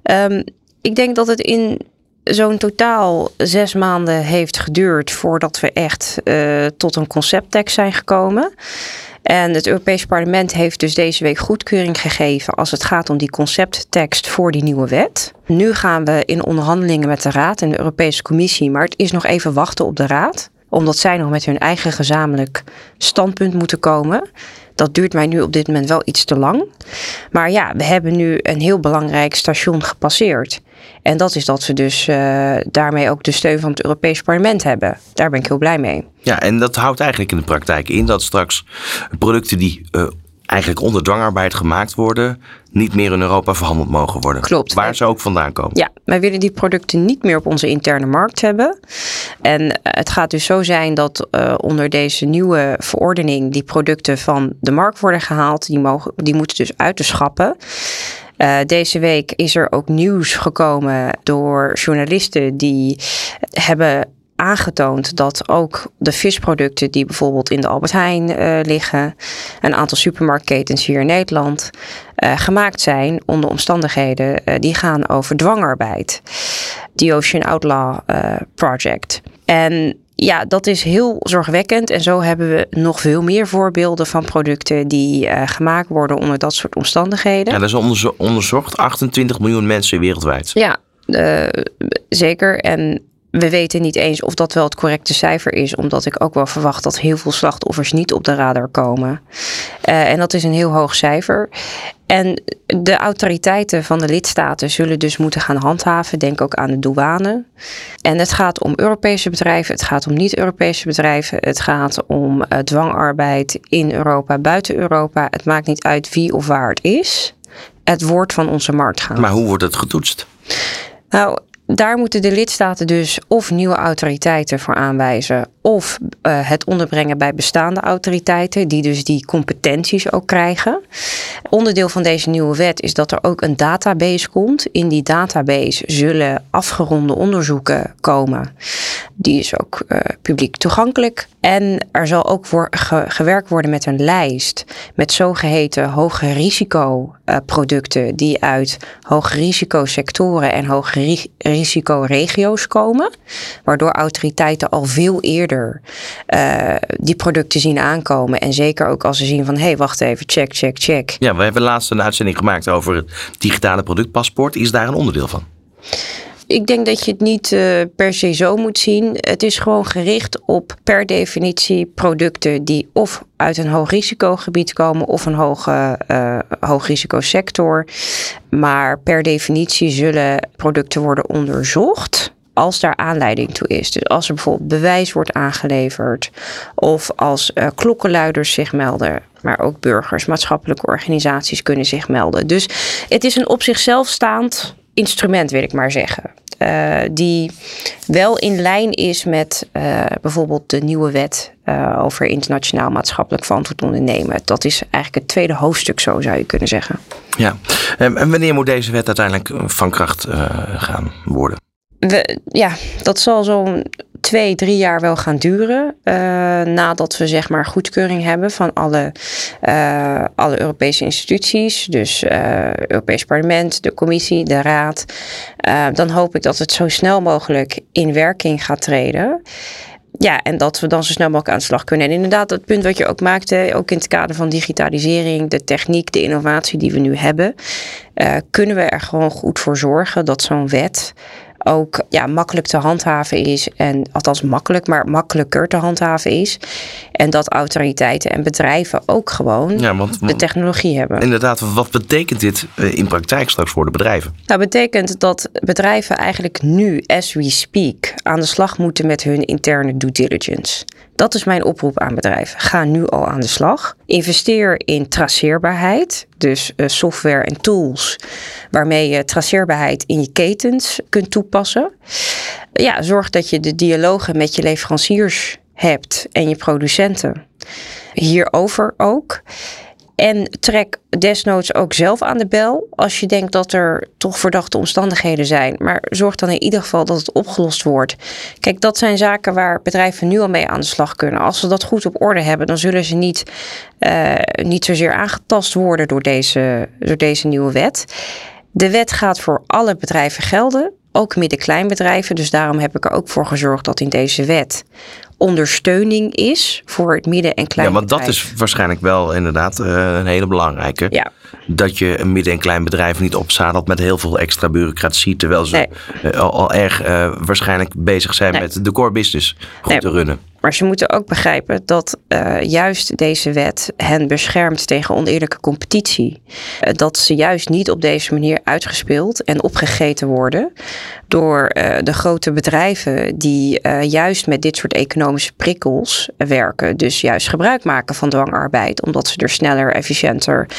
Ik denk dat het in zo'n totaal 6 maanden heeft geduurd voordat we echt tot een concepttekst zijn gekomen. En het Europees Parlement heeft dus deze week goedkeuring gegeven als het gaat om die concepttekst voor die nieuwe wet. Nu gaan we in onderhandelingen met de Raad en de Europese Commissie, maar het is nog even wachten op de Raad. Omdat zij nog met hun eigen gezamenlijk standpunt moeten komen. Dat duurt mij nu op dit moment wel iets te lang. Maar ja, we hebben nu een heel belangrijk station gepasseerd. En dat is dat we dus daarmee ook de steun van het Europees Parlement hebben. Daar ben ik heel blij mee. Ja, en dat houdt eigenlijk in de praktijk in dat straks producten die eigenlijk onder dwangarbeid gemaakt worden, niet meer in Europa verhandeld mogen worden. Klopt. Waar ze ook vandaan komen. Ja, wij willen die producten niet meer op onze interne markt hebben. En het gaat dus zo zijn dat onder deze nieuwe verordening die producten van de markt worden gehaald. Die moeten dus uit de schappen. Deze week is er ook nieuws gekomen door journalisten die hebben aangetoond dat ook de visproducten die bijvoorbeeld in de Albert Heijn liggen, een aantal supermarktketens hier in Nederland, gemaakt zijn onder omstandigheden die gaan over dwangarbeid. The Ocean Outlaw Project. En ja, dat is heel zorgwekkend. En zo hebben we nog veel meer voorbeelden van producten die gemaakt worden onder dat soort omstandigheden. Ja, dat is onderzocht 28 miljoen mensen wereldwijd. Ja, zeker. En we weten niet eens of dat wel het correcte cijfer is, omdat ik ook wel verwacht dat heel veel slachtoffers niet op de radar komen. En dat is een heel hoog cijfer. En de autoriteiten van de lidstaten zullen dus moeten gaan handhaven. Denk ook aan de douane. En het gaat om Europese bedrijven. Het gaat om niet-Europese bedrijven. Het gaat om dwangarbeid in Europa, buiten Europa. Het maakt niet uit wie of waar het is. Het wordt van onze markt gaan. Maar hoe wordt het getoetst? Nou, daar moeten de lidstaten dus of nieuwe autoriteiten voor aanwijzen, of het onderbrengen bij bestaande autoriteiten, die dus die competenties ook krijgen. Onderdeel van deze nieuwe wet is dat er ook een database komt. In die database zullen afgeronde onderzoeken komen. Die is ook publiek toegankelijk. En er zal ook gewerkt worden met een lijst met zogeheten hoge risico producten die uit hoge risicosectoren en hoge risicoregio's komen. Waardoor autoriteiten al veel eerder die producten zien aankomen. En zeker ook als ze zien van, hé, wacht even, check. Ja, we hebben laatst een uitzending gemaakt over het digitale productpaspoort. Is daar een onderdeel van? Ik denk dat je het niet per se zo moet zien. Het is gewoon gericht op per definitie producten die of uit een hoog risicogebied komen of een hoog risicosector. Maar per definitie zullen producten worden onderzocht als daar aanleiding toe is. Dus als er bijvoorbeeld bewijs wordt aangeleverd of als klokkenluiders zich melden, maar ook burgers, maatschappelijke organisaties kunnen zich melden. Dus het is een op zichzelf staand instrument, wil ik maar zeggen. Die wel in lijn is met bijvoorbeeld de nieuwe wet over internationaal maatschappelijk verantwoord ondernemen. Dat is eigenlijk het tweede hoofdstuk, zo zou je kunnen zeggen. Ja, en wanneer moet deze wet uiteindelijk van kracht gaan worden? Dat zal zo'n 2-3 jaar wel gaan duren. Nadat we zeg maar goedkeuring hebben van alle Europese instituties. Dus Europees Parlement, de Commissie, de Raad. Dan hoop ik dat het zo snel mogelijk in werking gaat treden. Ja, en dat we dan zo snel mogelijk aan de slag kunnen. En inderdaad, het punt wat je ook maakte, ook in het kader van digitalisering, de techniek, de innovatie die we nu hebben, kunnen we er gewoon goed voor zorgen dat zo'n wet ook makkelijk te handhaven is. En althans makkelijk, maar makkelijker te handhaven is. En dat autoriteiten en bedrijven ook gewoon de technologie hebben. Inderdaad, wat betekent dit in praktijk straks voor de bedrijven? Nou, betekent dat bedrijven eigenlijk nu, as we speak, aan de slag moeten met hun interne due diligence. Dat is mijn oproep aan bedrijven. Ga nu al aan de slag. Investeer in traceerbaarheid. Dus software en tools waarmee je traceerbaarheid in je ketens kunt toepassen. Ja, zorg dat je de dialogen met je leveranciers hebt en je producenten. Hierover ook. En trek desnoods ook zelf aan de bel als je denkt dat er toch verdachte omstandigheden zijn. Maar zorg dan in ieder geval dat het opgelost wordt. Kijk, dat zijn zaken waar bedrijven nu al mee aan de slag kunnen. Als ze dat goed op orde hebben, dan zullen ze niet zozeer aangetast worden door deze nieuwe wet. De wet gaat voor alle bedrijven gelden, ook midden-kleinbedrijven. Dus daarom heb ik er ook voor gezorgd dat in deze wet ondersteuning is voor het midden- en kleinbedrijf. Ja, want dat is waarschijnlijk wel inderdaad een hele belangrijke. Ja. Dat je een midden- en kleinbedrijf niet opzadelt met heel veel extra bureaucratie, terwijl ze al erg waarschijnlijk bezig zijn met de core business goed te runnen. Maar ze moeten ook begrijpen dat juist deze wet hen beschermt tegen oneerlijke competitie. Dat ze juist niet op deze manier uitgespeeld en opgegeten worden door de grote bedrijven die juist met dit soort economische prikkels werken. Dus juist gebruik maken van dwangarbeid, omdat ze er sneller, efficiënter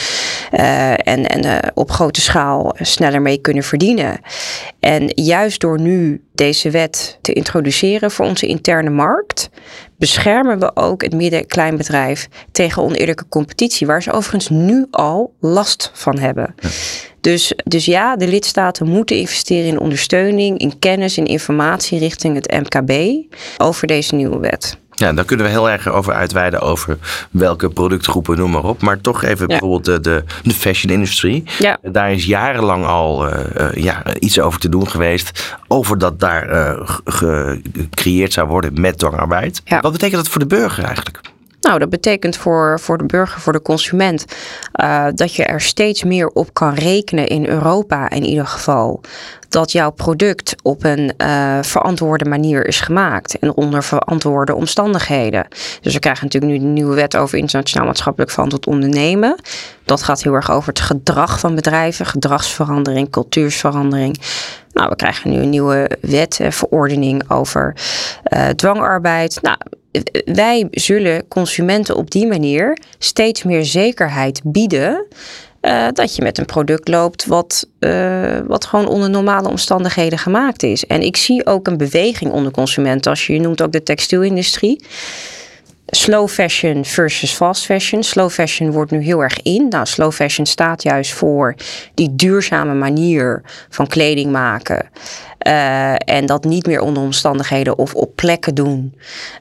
en op grote schaal sneller mee kunnen verdienen. En juist door nu deze wet te introduceren voor onze interne markt, beschermen we ook het midden- en kleinbedrijf tegen oneerlijke competitie, waar ze overigens nu al last van hebben. Ja. Dus ja, de lidstaten moeten investeren in ondersteuning, in kennis, in informatie richting het MKB over deze nieuwe wet. Ja, daar kunnen we heel erg over uitweiden over welke productgroepen, noem maar op. Maar toch even bijvoorbeeld de fashion-industrie. Ja. Daar is jarenlang al iets over te doen geweest. Over dat daar gecreëerd zou worden met dwangarbeid. Ja. Wat betekent dat voor de burger eigenlijk? Nou, dat betekent voor de burger, voor de consument, dat je er steeds meer op kan rekenen in Europa in ieder geval. Dat jouw product op een verantwoorde manier is gemaakt en onder verantwoorde omstandigheden. Dus we krijgen natuurlijk nu de nieuwe wet over internationaal maatschappelijk verantwoord ondernemen. Dat gaat heel erg over het gedrag van bedrijven, gedragsverandering, cultuursverandering. Nou, we krijgen nu een nieuwe wet, verordening over dwangarbeid. Nou, wij zullen consumenten op die manier steeds meer zekerheid bieden dat je met een product loopt wat gewoon onder normale omstandigheden gemaakt is. En ik zie ook een beweging onder consumenten. Je noemt ook de textielindustrie. Slow fashion versus fast fashion. Slow fashion wordt nu heel erg in. Nou, slow fashion staat juist voor die duurzame manier van kleding maken. En dat niet meer onder omstandigheden of op plekken doen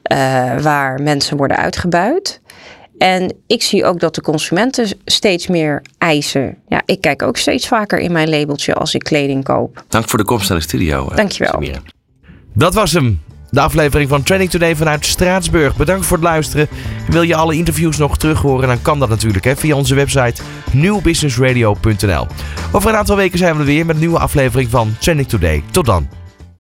waar mensen worden uitgebuit. En ik zie ook dat de consumenten steeds meer eisen. Ja, ik kijk ook steeds vaker in mijn labeltje als ik kleding koop. Dank voor de komst naar de studio. Dankjewel. Samira. Dat was hem. De aflevering van Trending Today vanuit Straatsburg. Bedankt voor het luisteren. Wil je alle interviews nog terug horen? Dan kan dat natuurlijk via onze website newbusinessradio.nl. Over een aantal weken zijn we er weer met een nieuwe aflevering van Trending Today. Tot dan.